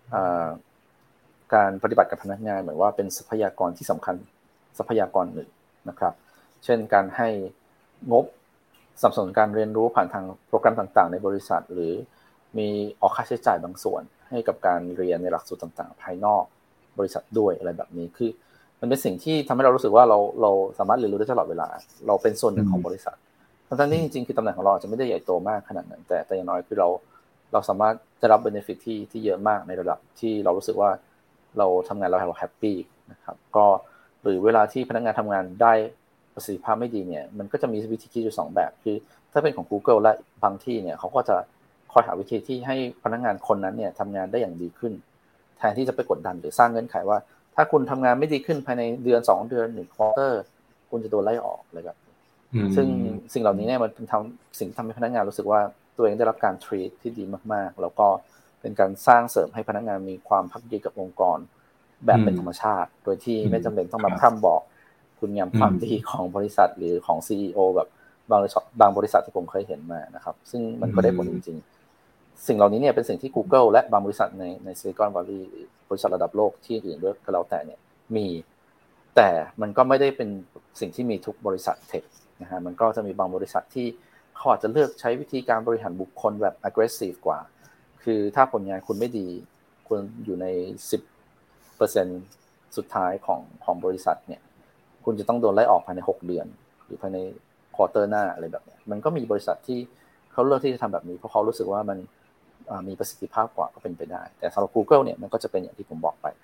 การปฏิบัติกับพนักงานเหมือนว่าเป็นทรัพยากรที่สำคัญทรัพยากรหนึ่งนะครับเช่นการให้งบสนับสนุนการเรียนรู้ผ่านทางโปรแกรมต่างๆในบริษัทหรือมีออกค่าใช้จ่ายบางส่วนให้กับการเรียนในหลักสูตรต่างๆภายนอกบริษัทด้วยอะไรแบบนี้คือมันเป็นสิ่งที่ทำให้เรารู้สึกว่าเราสามารถเรียนรู้ได้ตลอดเวลาเราเป็นส่วนหนึ่งของบริษัททั้งที่จริงๆคือตำแหน่งของเราจะไม่ได้ใหญ่โตมากขนาดนั้นแต่อย่างน้อยคือเราสามารถจะรับ benefit ที่เยอะมากในระดับที่เรารู้สึกว่าเราทำงานเราแฮปปี้นะครับก็หรือเวลาที่พนักงานทำงานได้ประสิทธิภาพไม่ดีเนี่ยมันก็จะมีวิธีคิดอยู่2แบบคือถ้าเป็นของ Google และบางที่เนี่ยเขาก็จะคอยหาวิธีที่ให้พนักงานคนนั้นเนี่ยทำงานได้อย่างดีขึ้นแทนที่จะไปกดดันหรือสร้างเงื่อนไขว่าถ้าคุณทำงานไม่ดีขึ้นภายในเดือน2 เดือน1 ควอเตอร์คุณจะโดนไล่ออกอะไรแบบนี้ซึ่งสิ่งเหล่านี้เนี่ยมันเป็นสิ่งทำให้พนักงานรู้สึกว่าตัวเองได้รับการ treat ที่ดีมากๆแล้วก็เป็นการสร้างเสริมให้พนักงานมีความภักดีกับองค์กรแบบเป็นธรรมชาติโดยที่ไม่จำเป็นต้องมาพร่ำบอกคุณงามความดีของบริษัทหรือของ CEO แบบบางบริษัทที่ผมเคยเห็นมานะครับซึ่งมันก็ได้ผลจริงๆสิ่งเหล่านี้เนี่ยเป็นสิ่งที่ Google และบางบริษัทในซิลิคอนวัลลีย์บริษัทระดับโลกที่อื่นด้วยก็แล้วแต่เนี่ยมีแต่มันก็ไม่ได้เป็นสิ่งที่มีทุกบริษัทเทคนะฮะมันก็จะมีบางบริษัทที่เขาอาจจะเลือกใช้วิธีการบริหารบุคคลแบบ aggressive กว่าคือถ้าผลงานคุณไม่ดีคุณอยู่ใน 10% สุดท้ายของบริษัทเนี่ยคุณจะต้องโดนไล่ออกภายใน6 เดือนหรือภายในควอเตอร์หน้าอะไรแบบนี้มันก็มีบริษัทที่เขาเลือกที่จะทำแบบนี้เพราะเขารู้สึกว่ามันมีประสิทธิภาพกว่าก็เป็นไปได้แต่สำหรับ Google เนี่ยมันก็จะเป็นอย่างที่ผมบอกไป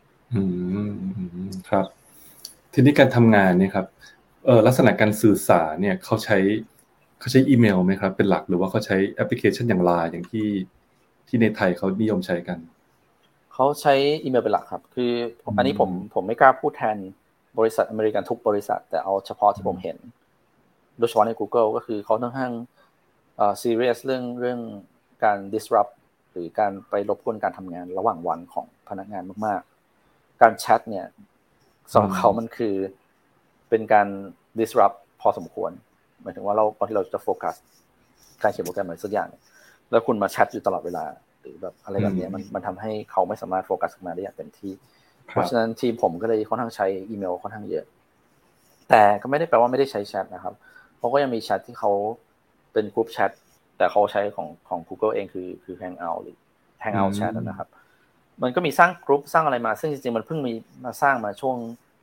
ครับทีนี้การทำงานเนี่ยครับลักษณะการสื่อสารเนี่ยเขาใช้อีเมลไหมครับเป็นหลักหรือว่าเขาใช้แอปพลิเคชันอย่าง LINE อย่างที่ในไทยเขานิยมใช้กันเขาใช้อีเมลเป็นหลักครับคืออันนี้ผมไม่กล้าพูดแทนบริษัทอเมริกันทุกบริษัทแต่เอาเฉพาะที่ผมเห็นโดยเฉพาะใน Google ก็คือเขาค่อนข้างserious เรื่องการ disrupt หรือการไปรบกวนการทำงานระหว่างวันของพนักงานมากๆการแชทเนี่ยสำหรับเขามันคือเป็นการ disrupt พอสมควรหมายถึงว่าบางทีเราจะโฟกัสการเขียนโปรแกรมอะไรสักอย่างแล้วคุณมาแชทอยู่ตลอดเวลาหรือแบบอะไรแบบนี้มันทำให้เขาไม่สามารถโฟกัสมาได้อย่างเต็มที่เพราะฉะนั้นทีมผมก็เลยค่อนข้างใช้อีเมลค่อนข้างเยอะแต่ก็ไม่ได้แปลว่าไม่ได้ใช้แชทนะครับเขาก็ยังมีแชทที่เขาเป็นกลุ่มแชทแต่เขาใช้ของ Google เองคือ Hangout หรือ Hangout Chat นะครับมันก็มีสร้างกลุ่มสร้างอะไรมาซึ่งจริงๆมันเพิ่งมีมาสร้างมาช่วง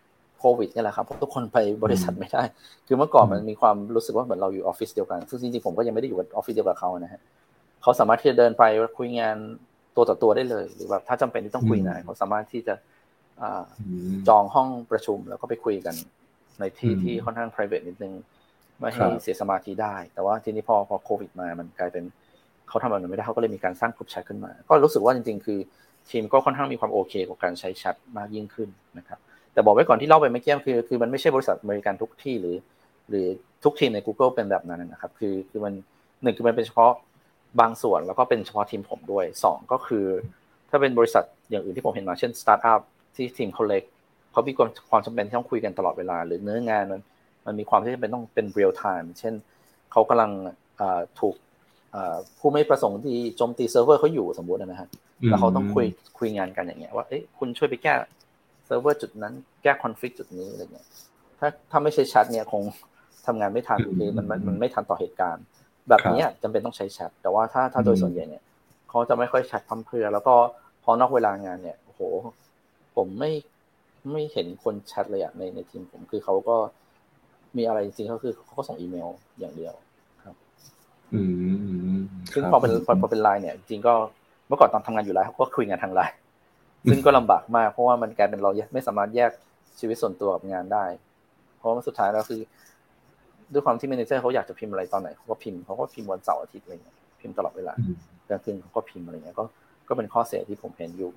โควิดนี่แหละครับเพราะทุกคนไปบริษัทไม่ได้คือเมื่อก่อนมันมีความรู้สึกว่าเหมือนเราอยู่ออฟฟิศเดียวกันซึ่งจริงๆผมก็ยังไม่ได้อยู่กับออฟฟิศเดียวกับเขานะฮะเขาสามารถที่จะเดินไปคุยงานตัวต่อตัวได้เลยหรือแบบถ้าจำเป็นที่ต้องคุยงานเขาสามารถที่จะจองห้องประชุมแล้วก็ไปคุยกันในที่ค่อนข้าง private นิดนึงไม่ให้เสียสมาธิได้แต่ว่าทีนี้พอโควิดมามันกลายเป็นเขาทำแบบนั้นไม่ได้เขาก็เลยมีการสร้างกลุ่มแชทขึ้นมาก็รู้สึกว่าจริงๆคือทีมก็ค่อนข้างมีความโอเคกับการใช้แชทมากยิ่งขึ้นนะครับแต่บอกไว้ก่อนที่เล่าไปเมื่อกี้คือมันไม่ใช่บริษัทอเมริกันทุกที่หรือทุกทีมใน Google เป็นแบบนั้นนะครับคือมันหนึ่งคือมันเป็นเฉพาะบางส่วนแล้วก็เป็นเฉพาะทีมผมด้วยสองก็คือถ้าเป็นบริษัทอย่างอื่นที่ผมเห็นมาเช่นสตาร์ทอัพที่ทีมเขาเล็กเขามีความจำเป็นที่ต้องคุยกันตลอดเวลาหรือเนื้องานมันมีความที่จำเป็นต้องเป็น real time เช่นเขากำลังถูกผู้ไม่ประสงค์ที่โจมตีเซิร์ฟเวอร์เขาอยู่สมมุตินะฮะแล้วเขาต้องคุยงานกันอย่างเงี้ยว่าเอ๊ะคุณช่วยไปแก้เซิร์ฟเวอร์จุดนั้นแก้คอนฟลิกต์จุดนี้อะไรเงี้ยถ้าไม่ใช่แชทเนี่ยคงทำงานไม่ทันคือมันไม่ทันต่อเหตุการณ์แบบนี้จำเป็นต้องใช้แชทแต่ว่าถ้าโดยส่วนใหญ่เนี่ยเขาจะไม่ค่อยแชทพร่ำเพรื่อแล้วก็พอนอกเวลางานเนี่ยโอ้โหผมไม่เห็นคนแชทเลยอะในทีมผมคือเขาก็มีอะไรจริงๆก็คือเขาก็ส่งอีเมลอย่างเดียวครับซึ่งพอเป็นไลน์เนี่ยจริงๆก็เมื่อก่อนตอนทำงานอยู่ไลน์เขาก็คุยงานทางไลน์ซึ่งก็ลำบากมากเพราะว่ามันกลายเป็นเราไม่สามารถแยกชีวิตส่วนตัวกับงานได้เพราะว่าสุดท้ายแล้วคือด้วยความที่แมเนเจอร์เขาอยากจะพิมพ์อะไรตอนไหนเขาก็พิมพ์วันเสาร์อาทิตย์อะไรเงี้ยพิมพ์ตลอดเวลากลางคืนเขาก็พิมพ์อะไรเงี้ยก็เป็นข้อเสียที่ผมเห็นอยู่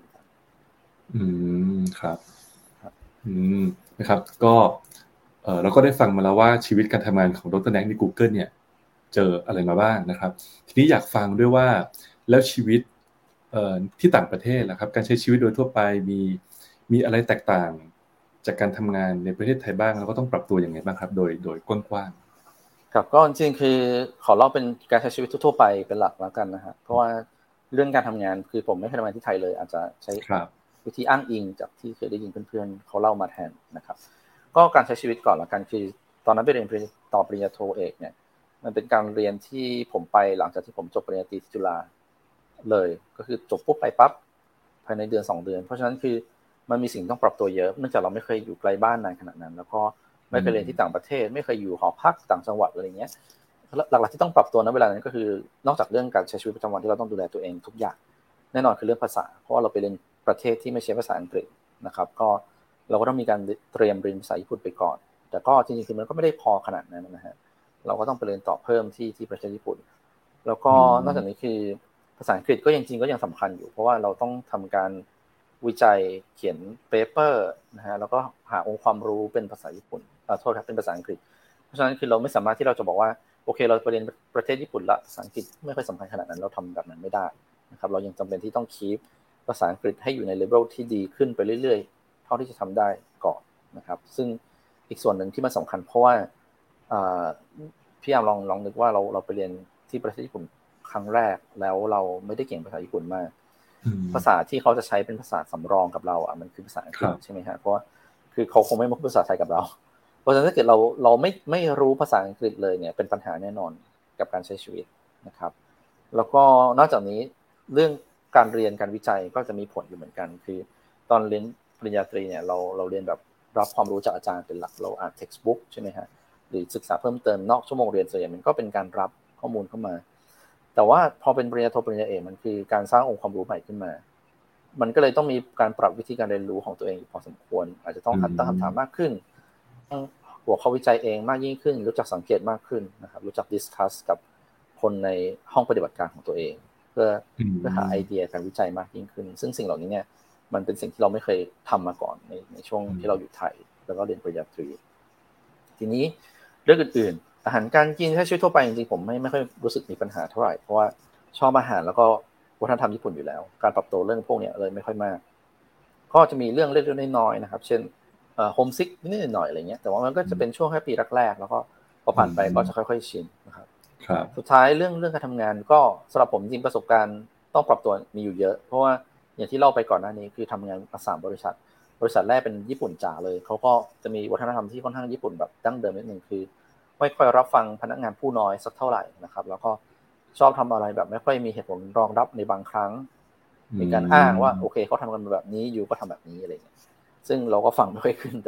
ครับนะครับก็เราก็ได้ฟังมาแล้วว่าชีวิตการทำงานของดร.แน็กใน Google เนี่ยเจออะไรมาบ้างนะครับทีนี้อยากฟังด้วยว่าแล้วชีวิตที่ต่างประเทศนะครับการใช้ชีวิตโดยทั่วไปมีอะไรแตกต่างจากการทำงานในประเทศไทยบ้างแล้วก็ต้องปรับตัวอย่างไรบ้างครับโดยกว้างๆครับก็จริงๆคือขอเล่าเป็นการใช้ชีวิตทั่วไปเป็นหลักแล้วกันนะฮะเพราะว่าเรื่องการทำงานคือผมไม่เคยทำงานที่ไทยเลยอาจจะใช้วิธีอ้างอิงจากที่เคยได้ยินเพื่อนๆเขาเล่ามาแทนนะครับก็การใช้ชีวิตก่อนละกันคือตอนนั้นไปเรียนต่อปริญญาโทเอกเนี่ยมันเป็นการเรียนที่ผมไปหลังจากที่ผมจบปริญญาตรีที่จุฬาเลยก็คือจบปุ๊บไปปั๊บภายในเดือน2 เดือนเพราะฉะนั้นคือมันมีสิ่งต้องปรับตัวเยอะเนื่องจากเราไม่เคยอยู่ไกลบ้านนานขนาดนั้นแล้วก็ไม่เคยเรียนที่ต่างประเทศไม่เคยอยู่หอพักต่างจังหวัดอะไรเงี้ยหลักๆที่ต้องปรับตัวณเวลานั้นก็คือนอกจากเรื่องการใช้ชีวิตประจำวันที่เราต้องดูแลตัวเองทุกอย่างแน่นอนคือเรื่องภาษาเพราะว่าเราไปเรียนประเทศที่ไม่ใช่ภาษาอังกฤษนะครับก็เราก็ต้องมีการเตรียมเรียนภาษาญี่ปุ่นไปก่อนแต่ก็จริงๆคือมันก็ไม่ได้พอขนาดนั้นนะฮะเราก็ต้องไปเรียนต่อเพิ่มที่ประเทศญี่ปุ่นแล้วก็นอกจากนี้คือภาษาอังกฤษก็จริงๆก็ยังสำคัญอยู่เพราะว่าเราต้องทำการวิจัยเขียนเปเปอร์นะฮะแล้วก็หาองค์ความรู้เป็นภาษาญี่ปุ่นโทษครับเป็นภาษาอังกฤษเพราะฉะนั้นคือเราไม่สามารถที่เราจะบอกว่าโอเคเราไปเรียนประเทศญี่ปุ่นละภาษาอังกฤษไม่ค่อยสำคัญขนาดนั้นเราทำแบบนั้นไม่ได้นะครับเรายังจำเป็นที่ต้องคีปภาษาอังกฤษให้อยู่ในเลเวลที่ดีขึ้นไปเรื่อยๆเท่าที่จะทำได้ก่อนนะครับซึ่งอีกส่วนหนึ่งที่มันสำคัญเพราะว่าพี่ยามลองนึกว่าเราไปเรียนที่ประเทศญี่ปุ่นครั้งแรกแล้วเราไม่ได้เก่งภาษาญี่ปุ่นมากภาษาที่เขาจะใช้เป็นภาษาสำรองกับเราอ่ะมันคือภาษาอังกฤษใช่ไหมฮะเพราะว่าคือเขาคงไม่มาพูดภาษาไทยกับเราเพราะฉะนั้นถ้าเกิดเราไม่รู้ภาษาอังกฤษเลยเนี่ยเป็นปัญหาแน่นอนกับการใช้ชีวิตนะครับแล้วก็นอกจากนี้เรื่องการเรียนการวิจัยก็จะมีผลอยู่เหมือนกันคือตอนเรียนปริญญาตรีเนี่ยเราเรียนแบบรับความรู้จากอาจารย์เป็นหลักเราอ่าน textbook ใช่ไหมฮะหรือศึกษาเพิ่มเติมนอกชั่วโมงเรียนส่วนใหญ่มันก็เป็นการรับข้อมูลเข้ามาแต่ว่าพอเป็นปริญญาโทปริญญาเอกมันคือการสร้างองค์ความรู้ใหม่ขึ้นมามันก็เลยต้องมีการปรับวิธีการเรียนรู้ของตัวเองพอสมควรอาจจะต้องตั้งคำถามมากขึ้นหัวข้อวิจัยเองมากยิ่งขึ้นรู้จักสังเกตมากขึ้นนะครับรู้จักดิสคัสกับคนในห้องปฏิบัติการของตัวเองเพื่อหาไอเดียการวิจัยมากยิ่งขึ้นซึ่งสิ่งเหล่านี้เนี่ยมันเป็นสิ่งที่เราไม่เคยทำมาก่อนในช่วงที่เราอยู่ไทยแล้วก็เรียนปริญญาตรีทีนี้เรื่องอื่นๆอาหารการกินถ้าชีวิตทั่วไปจริงๆผมไม่ค่อยรู้สึกมีปัญหาเท่าไหร่เพราะว่าชอบอาหารแล้วก็วัฒนธรรมญี่ปุ่นอยู่แล้วการปรับตัวเรื่องพวกนี้เลยไม่ค่อยมากก็จะมีเรื่องเล็กๆน้อยๆนะครับเช่นโฮมซิกนิดหน่อยอะไรเงี้ยแต่ว่ามันก็จะเป็นช่วงแค่ปีแรกๆแล้วก็พอผ่านไปก็จะค่อยๆชินนะครับสุดท้ายเรื่องการทำงานก็สำหรับผมจริงประสบการณ์ต้องปรับตัวมีอยู่เยอะเพราะว่าอย่างที่เล่าไปก่อนหน้านี้คือทำงานมา3 บริษัทแรกเป็นญี่ปุ่นจ๋าเลยเขาก็จะมีวัฒนธรรมที่ค่อนข้างญี่ปุ่นแบบดั้งเดิมนิดนึงคือไม่ค่อยรับฟังพนักงานผู้น้อยสักเท่าไหร่นะครับแล้วก็ชอบทำอะไรแบบไม่ค่อยมีเหตุผลรองรับในบางครั้งมีการอ้างว่าโอเคเขาทำกันแบบนี้อยู่ก็ทำแบบนี้อะไรเงี้ยซึ่งเราก็ฟังไม่ค่อยขึ้นแต่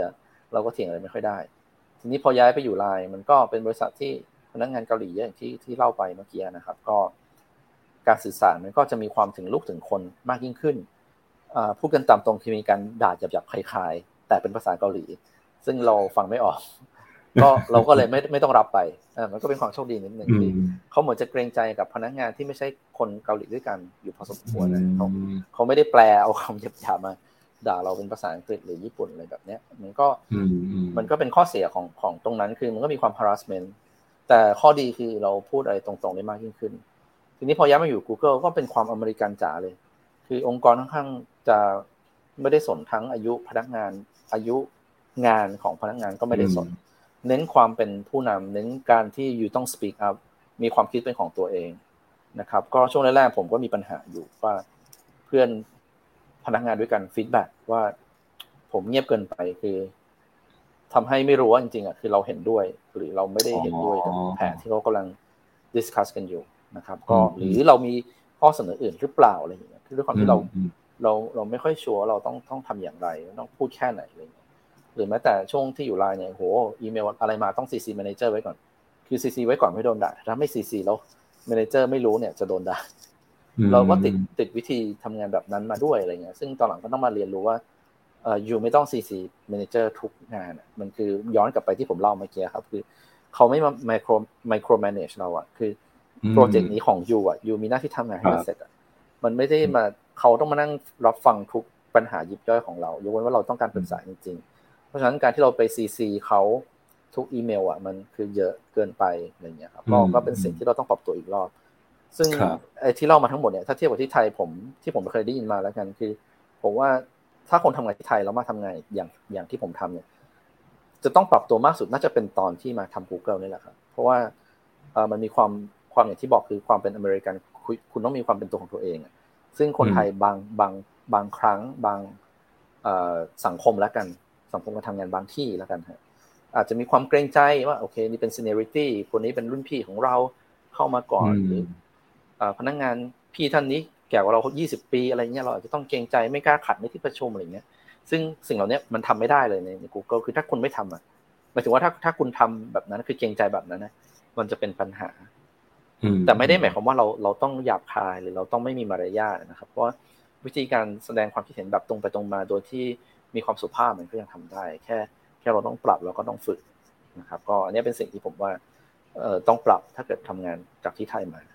เราก็เถียงอะไรไม่ค่อยได้ทีนี้พอย้ายไปอยู่ไลน์มันก็เป็นบริษัทที่พนักงานเกาหลีเยอะอย่างที่เล่าไปเมื่อกี้นะครับก็การสื่อสารมันก็จะมีความถึงลูกถึงคนมากยิ่งขึ้นพูดกันตามตรงคือมีการด่าหยาบๆคลายๆแต่เป็นภาษาเกาหลีซึ่งเราฟังไม่ออกก็เราก็เลยไม่ต้องรับไปมันก็เป็นความโชคดีนิดนึงที่เขาเหมือนจะเกรงใจกับพนักงานที่ไม่ใช่คนเกาหลีด้วยกันอยู่พอสมควรนะเขาไม่ได้แปลเอาคำหยาบๆมาด่าเราเป็นภาษาอังกฤษหรือญี่ปุ่นอะไรแบบนี้มันก็เป็นข้อเสียของตรงนั้นคือมันก็มีความ harassment แต่ข้อดีคือเราพูดอะไรตรงๆได้มากยิ่งขึ้นทีนี้พอย้ายมาอยู่ Google ก็เป็นความอเมริกันจ๋าเลยคือองค์กรค่อนข้างจะไม่ได้สนทั้งอายุพนักงานอายุงานของพนักงานก็ไม่ได้สนเน้นความเป็นผู้นำเน้นการที่อยู่ต้อง speak up มีความคิดเป็นของตัวเองนะครับก็ช่วงแรกๆผมก็มีปัญหาอยู่ว่าเพื่อนพนักงานด้วยกันฟีดแบ็กว่าผมเงียบเกินไปคือทำให้ไม่รู้ว่าจริงๆคือเราเห็นด้วยหรือเราไม่ได้เห็นด้วยกับแผนที่เขากำลังดิสคัสกันอยู่นะครับก็หรือเรามีข้อเสนออื่นหรือเปล่าอะไรอย่างเงี้ยด้วยความที่เราไม่ค่อยชัวร์เราต้องทำอย่างไรต้องพูดแค่ไหนอะไรอย่างเงี้ยหรือแม้แต่ช่วงที่อยู่ไลน์เนี่ยโหอีเมลอะไรมาต้อง CC Manager ไว้ก่อนคือ CC ไว้ก่อนไม่โดนด่าถ้าไม่ CC แล้ว Manager ไม่รู้เนี่ยจะโดนด่าเราก็ติดวิธีทำงานแบบนั้นมาด้วยอะไรเงี้ยซึ่งตอนหลังก็ต้องมาเรียนรู้ว่าอยู่ไม่ต้อง CC Manager ทุกงานมันคือย้อนกลับไปที่ผมเล่าเมื่อกี้ครับคือเขาไม่มาไมโครแมเนจเราอะคือโปรเจกต์นี้ของยูอะยูมีหน้าที่ทำงานให้มันเสร็จอะมันไม่ได้มาเขาต้องมานั่งรับฟังทุกปัญหายิบย่อยของเรายกเว้นว่าเราต้องการปรึกษาจริงๆเพราะฉะนั้นการที่เราไป CC เขาทุกอีเมลอะมันคือเยอะเกินไปอะไรเงี้ยครับก็เป็นสิ่งที่เราต้องปรับตัวอีกรอบซึ่งไอ้ที่เล่ามาทั้งหมดเนี่ยถ้าเทียบกับที่ไทยที่ผมเคยได้ยินมาแล้วกันคือผมว่าถ้าคนทำงานที่ไทยแล้วมาทำงานอย่างที่ผมทำเนี่ยจะต้องปรับตัวมากสุดน่าจะเป็นตอนที่มาทำ Google นี่แหละครับเพราะว่ามันมีความอย่างที่บอกคือความเป็นอเมริกันคุณต้องมีความเป็นตัวของตัวเองซึ่งคนไทยบางครั้งบางสังคมแล้วกันสังคมการทำงานบางที่แล้วกันฮะอาจจะมีความเกรงใจว่าโอเคนี่เป็น seniority คนนี้เป็นรุ่นพี่ของเราเข้ามาก่อนหรือพนักงานพี่ท่านนี้แก่กว่าเรา20 ปีอะไรเงี้ยเราอาจจะต้องเกรงใจไม่กล้าขัดในที่ประชุมอะไรเงี้ยซึ่งสิ่งเหล่านี้มันทำไม่ได้เลยใน Google คือถ้าคุณไม่ทำหมายถึงว่าถ้าคุณทำแบบนั้นคือเกรงใจแบบนั้นนะมันจะเป็นปัญหาแต่ไม่ได้หมายความว่าเราต้องหยาบคายหรือเราต้องไม่มีมารยาทนะครับเพราะวิธีการแสดงความคิดเห็นแบบตรงไปตรงมาโดยที่มีความสุภาพมันก็ยังทำได้แค่เราต้องปรับแล้วก็ต้องฝึกนะครับก็อันนี้เป็นสิ่งที่ผมว่าต้องปรับถ้าเกิดทำงานจากที่ไทยมา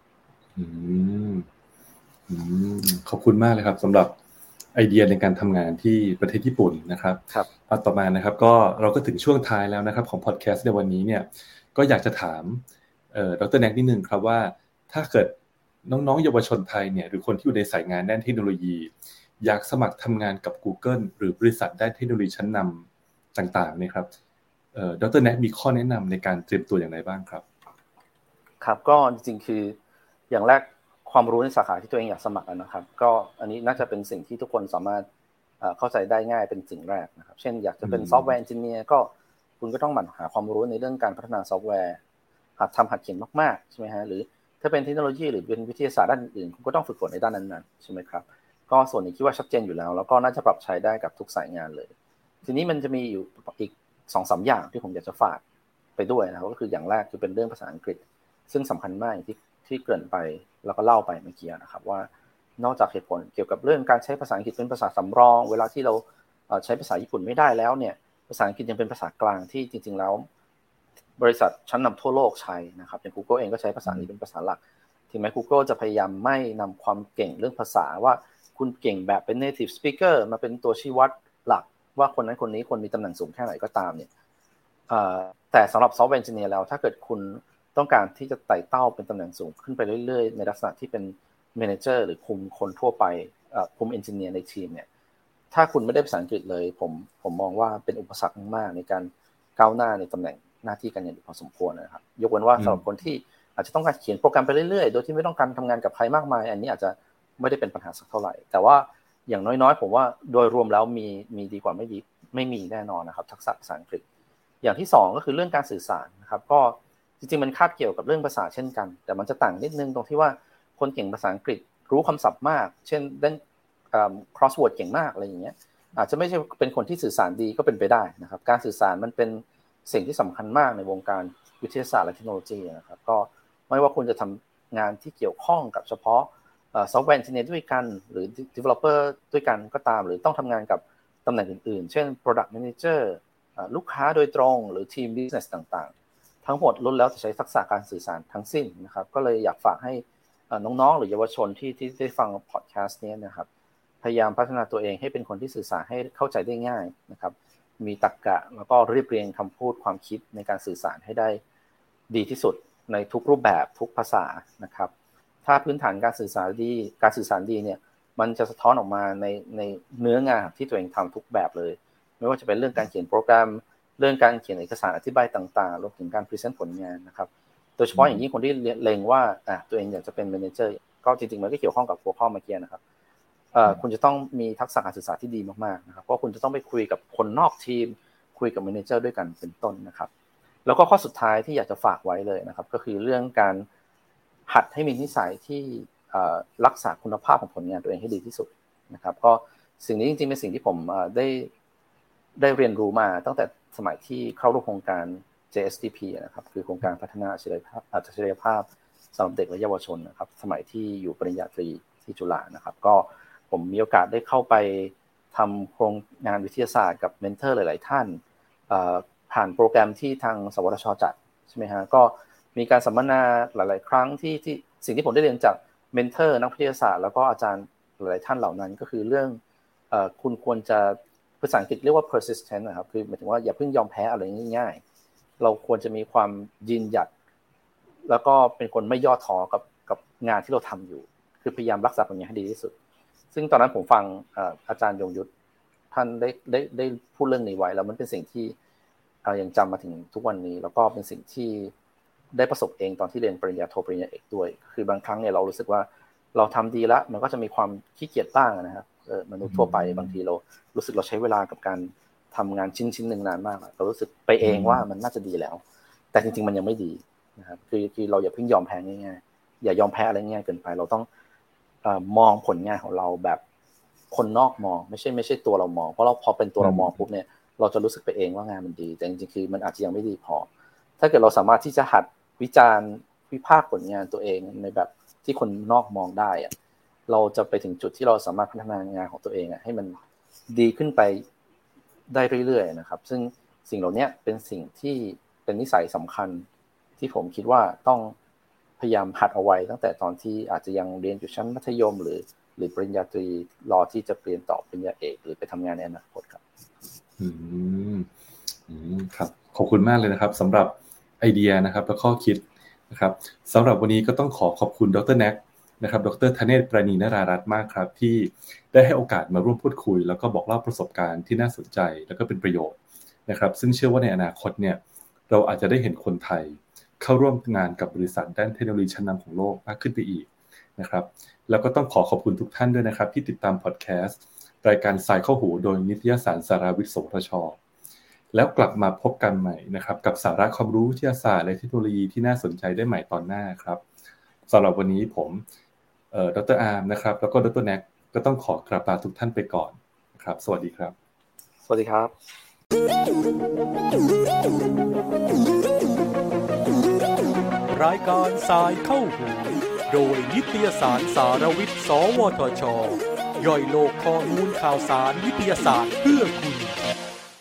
ขอบคุณมากเลยครับสำหรับไอเดียในการทำงานที่ประเทศญี่ปุ่นนะครับต่อมานะครับก็เราก็ถึงช่วงท้ายแล้วนะครับของพอดแคสต์ในวันนี้เนี่ยก็อยากจะถามดร.แน็กนิดนึงครับว่าถ้าเกิดน้องๆเยาวชนไทยเนี่ยหรือคนที่อยู่ในสายงานด้านเทคโนโลยีอยากสมัครทำงานกับ Google หรือบริษัทด้านเทคโนโลยีชั้นนำต่างๆนะครับดร.แน็กมีข้อแนะนำในการเตรียมตัวอย่างไรบ้างครับครับก็จริงๆคืออย่างแรกความรู้ในสาขาที่ตัวเองอยากสมัครนะครับก็อันนี้น่าจะเป็นสิ่งที่ทุกคนสามารถเข้าใจได้ง่ายเป็นสิ่งแรกนะครับเช่นอยากจะเป็นซอฟต์แวร์เอนจิเนียร์ก็คุณก็ต้องหมั่นหาความรู้ในเรื่องการพัฒนาซอฟต์แวร์หัดเขียนมากๆใช่ไหมฮะหรือถ้าเป็นเทคโนโลยีหรือเป็นวิทยาศาสตร์ด้านอื่นคุณก็ต้องฝึกฝนในด้านนั้นๆใช่ไหมครับก็ส่วนนี้คิดว่าชัดเจนอยู่แล้วแล้วก็น่าจะปรับใช้ได้กับทุกสายงานเลยทีนี้มันจะมีอยู่อีก 2-3 อย่างที่ผมอยากจะฝากไปด้วยนะครับก็คืออย่างแรกคือเป็นเรื่องภาษาอังกฤษซึ่งสำคัญมากที่เกริ่นไปแล้วก็เล่าไปเมื่อกี้นะครับว่านอกจากเหตุผลเกี่ยวกับเรื่องการใช้ภาษาอังกฤษเป็นภาษาสำรองเวลาที่เราใช้ภาษาญี่ปุ่นไม่ได้แล้วเนี่ยภาษาอังกฤษยังเป็นภาษากลางที่จริงๆแล้วบริษัทชั้นนำทั่วโลกใช้นะครับอย่าง Google เองก็ใช้ภาษานี้เป็นภาษาหลักถึงแม้ Google จะพยายามไม่นำความเก่งเรื่องภาษาว่าคุณเก่งแบบเป็น native speaker มาเป็นตัวชี้วัดหลักว่าคนนั้นคนนี้คนมีตำแหน่งสูงแค่ไหนก็ตามเนี่ยแต่สำหรับซอฟต์แวร์เอนจิเนียร์แล้วถ้าเกิดคุณต้องการที่จะไต่เต้าเป็นตำแหน่งสูงขึ้นไปเรื่อยๆในลักษณะที่เป็นเมเนเจอร์หรือคุมคนทั่วไปคุมเอนจิเนียร์ในทีมเนี่ยถ้าคุณไม่ได้ภาษาอังกฤษเลยผมมองว่าเป็นอุปสรรคมากในการก้าวหน้าในตำแหน่งหน้าที่การงานพอสมควรนะครับยกเว้นว่าสำหรับคนที่อาจจะต้องการเขียนโปรแกรมไปเรื่อยๆโดยที่ไม่ต้องการทำงานกับใครมากมายอันนี้อาจจะไม่ได้เป็นปัญหาสักเท่าไหร่แต่ว่าอย่างน้อยๆผมว่าโดยรวมแล้วมีดีกว่าไม่มีแน่นอนนะครับทักษะภาษาอังกฤษอย่างที่2ก็คือเรื่องการสื่อสารนะครับก็จริงๆมันคาบเกี่ยวกับเรื่องภาษาเช่นกันแต่มันจะต่างนิดนึงตรงที่ว่าคนเก่งภาษาอังกฤษรู้คำศัพท์มากเช่นเล่นcrossword เก่งมากอะไรอย่างเงี้ยอาจจะไม่ใช่เป็นคนที่สื่อสารดีก็เป็นไปได้นะครับการสื่อสารมันเป็นสิ่งที่สำคัญมากในวงการวิทยาศาสตร์และเทคโนโลยีนะครับก็ไม่ว่าคุณจะทำงานที่เกี่ยวข้องกับเฉพาะซอฟต์แวร์เอนจิเนียร์ด้วยกันหรือ developer ด้วยกันก็ตามหรือต้องทำงานกับตำแหน่งอื่นๆเช่น product manager ลูกค้าโดยตรงหรือทีม business ต่างๆทั้งหมดล้วนแล้วจะใช้ทักษะการสื่อสารทั้งสิ้นนะครับก็เลยอยากฝากให้น้องๆหรือเยาวชนที่ได้ฟังพอดแคสต์นี้นะครับพยายามพัฒนาตัวเองให้เป็นคนที่สื่อสารให้เข้าใจได้ง่ายนะครับมีตรรกะแล้วก็เรียบเรียงคำพูดความคิดในการสื่อสารให้ได้ดีที่สุดในทุกรูปแบบทุกภาษานะครับถ้าพื้นฐานการสื่อสารดีเนี่ยมันจะสะท้อนออกมาในเนื้องานที่ตัวเองทำทุกแบบเลยไม่ว่าจะเป็นเรื่องการเขียนโปรแกรมเรื่องการเขียนเอกสารอธิบายต่างๆรวมถึงการพรีเซนต์ผลงานนะครับโดยเฉพาะอย่างยิ่งคนที่เล็งว่าตัวเองอยากจะเป็นแมเนเจอร์ก็จริงๆมันก็เกี่ยวข้องกับหัวข้อเมื่อกี้นะครับคุณจะต้องมีทักษะการสื่อสารที่ดีมากๆนะครับเพราะคุณจะต้องไปคุยกับคนนอกทีมคุยกับแมเนเจอร์ด้วยกันเป็นต้นนะครับแล้วก็ข้อสุดท้ายที่อยากจะฝากไว้เลยนะครับก็คือเรื่องการหัดให้มีนิสัยที่รักษาคุณภาพของผลงานตัวเองให้ดีที่สุดนะครับก็สิ่งนี้จริงๆเป็นสิ่งที่ผมได้เรียนรู้มาตั้งแต่สมัยที่เข้าร่วมโครงการ JSTP นะครับคือโครงการพัฒนาอัจฉริยภาพสำหรับเด็กและเยาวชนนะครับสมัยที่อยู่ปริญญาตรีที่จุฬานะครับก็ผมมีโอกาสได้เข้าไปทำโครงงานวิทยาศาสตร์กับเมนเทอร์หลายๆท่านผ่านโปรแกรมที่ทางสวทช.จัดใช่ไหมฮะก็มีการสัมมนาหลายๆครั้งที่สิ่งที่ผมได้เรียนจากเมนเทอร์นักวิทยาศาสตร์แล้วก็อาจารย์หลายๆท่านเหล่านั้นก็คือเรื่องคุณควรจะภาษาอังกฤษเรียกว่า persistent นะครับคือหมายถึงว่าอย่าเพิ่งยอมแพ้อะไรง่ายๆเราควรจะมีความยืนหยัดแล้วก็เป็นคนไม่ย่อท้อกับงานที่เราทำอยู่คือพยายามรักษาผลงานให้ดีที่สุดซึ่งตอนนั้นผมฟังอาจารย์ยงยุทธท่านได้พูดเรื่องนี้ไว้แล้วมันเป็นสิ่งที่ยังจำมาถึงทุกวันนี้แล้วก็เป็นสิ่งที่ได้ประสบเองตอนที่เรียนปริญญาโทปริญญาเอกด้วยคือบางครั้งเนี่ยเรารู้สึกว่าเราทำดีแล้วมันก็จะมีความขี้เกียจบ้างนะครับมนุษย์ทั่วไปบางทีเรารู้สึกเราใช้เวลากับการทำงานชิ้นหนึ่งนานมากเรารู้สึกไปเองว่ามันน่าจะดีแล้วแต่จริงๆมันยังไม่ดีนะครับคือเราอย่าเพิ่งยอมแพ้ง่ายๆอย่ายอมแพ้อะไรง่ายเกินไปเราต้องมองผลงานของเราแบบคนนอกมองไม่ใช่ตัวเรามองเพราะเราพอเป็นตัวเรามองปุ๊บเนี่ยเราจะรู้สึกไปเองว่างานมันดีแต่จริงๆคือมันอาจจะยังไม่ดีพอถ้าเกิดเราสามารถที่จะหัดวิจารณ์วิพากษ์ผลงานตัวเองในแบบที่คนนอกมองได้อะเราจะไปถึงจุดที่เราสามารถพัฒนางานของตัวเองให้มันดีขึ้นไปได้เรื่อยๆนะครับซึ่งสิ่งเหล่านี้เป็นสิ่งที่เป็นนิสัยสำคัญที่ผมคิดว่าต้องพยายามหัดเอาไว้ตั้งแต่ตอนที่อาจจะยังเรียนอยู่ชั้นมัธยมหรือปริญญาตรีรอที่จะเรียนต่อปริญญาเอกหรือไปทำงานในอนาคตครับครับขอบคุณมากเลยนะครับสำหรับไอเดียนะครับและข้อคิดนะครับสำหรับวันนี้ก็ต้องขอบคุณดร.แน็กนะครับดร.ธเนศ ปราณีนรารัตน์มากครับที่ได้ให้โอกาสมาร่วมพูดคุยแล้วก็บอกเล่าประสบการณ์ที่น่าสนใจแล้วก็เป็นประโยชน์นะครับซึ่งเชื่อว่าในอนาคตเนี่ยเราอาจจะได้เห็นคนไทยเข้าร่วมงานกับบริษัทด้านเทคโนโลยีชั้นนำของโลกมากขึ้นไปอีกนะครับแล้วก็ต้องขอบคุณทุกท่านด้วยนะครับที่ติดตามพอดแคสต์รายการสายเข้าหูโดยนิตยสารสาราวิทย์ สวทช.แล้วกลับมาพบกันใหม่นะครับกับสาระความรู้วิทยาศาสตร์และเทคโนโลยีที่น่าสนใจได้ใหม่ตอนหน้าครับสำหรับวันนี้ผมดร.อาร์มนะครับแล้วก็ดร.แน็กก็ต้องขอกราบลาทุกท่านไปก่อนนะครับสวัสดีครับสวัสดีครับรายการสายเข้าหูโดยนิตยสารสารวิทย์ สวทช ย่อยโลกข้อมูลข่าวสารวิทยาศาสตร์เพื่อคุณ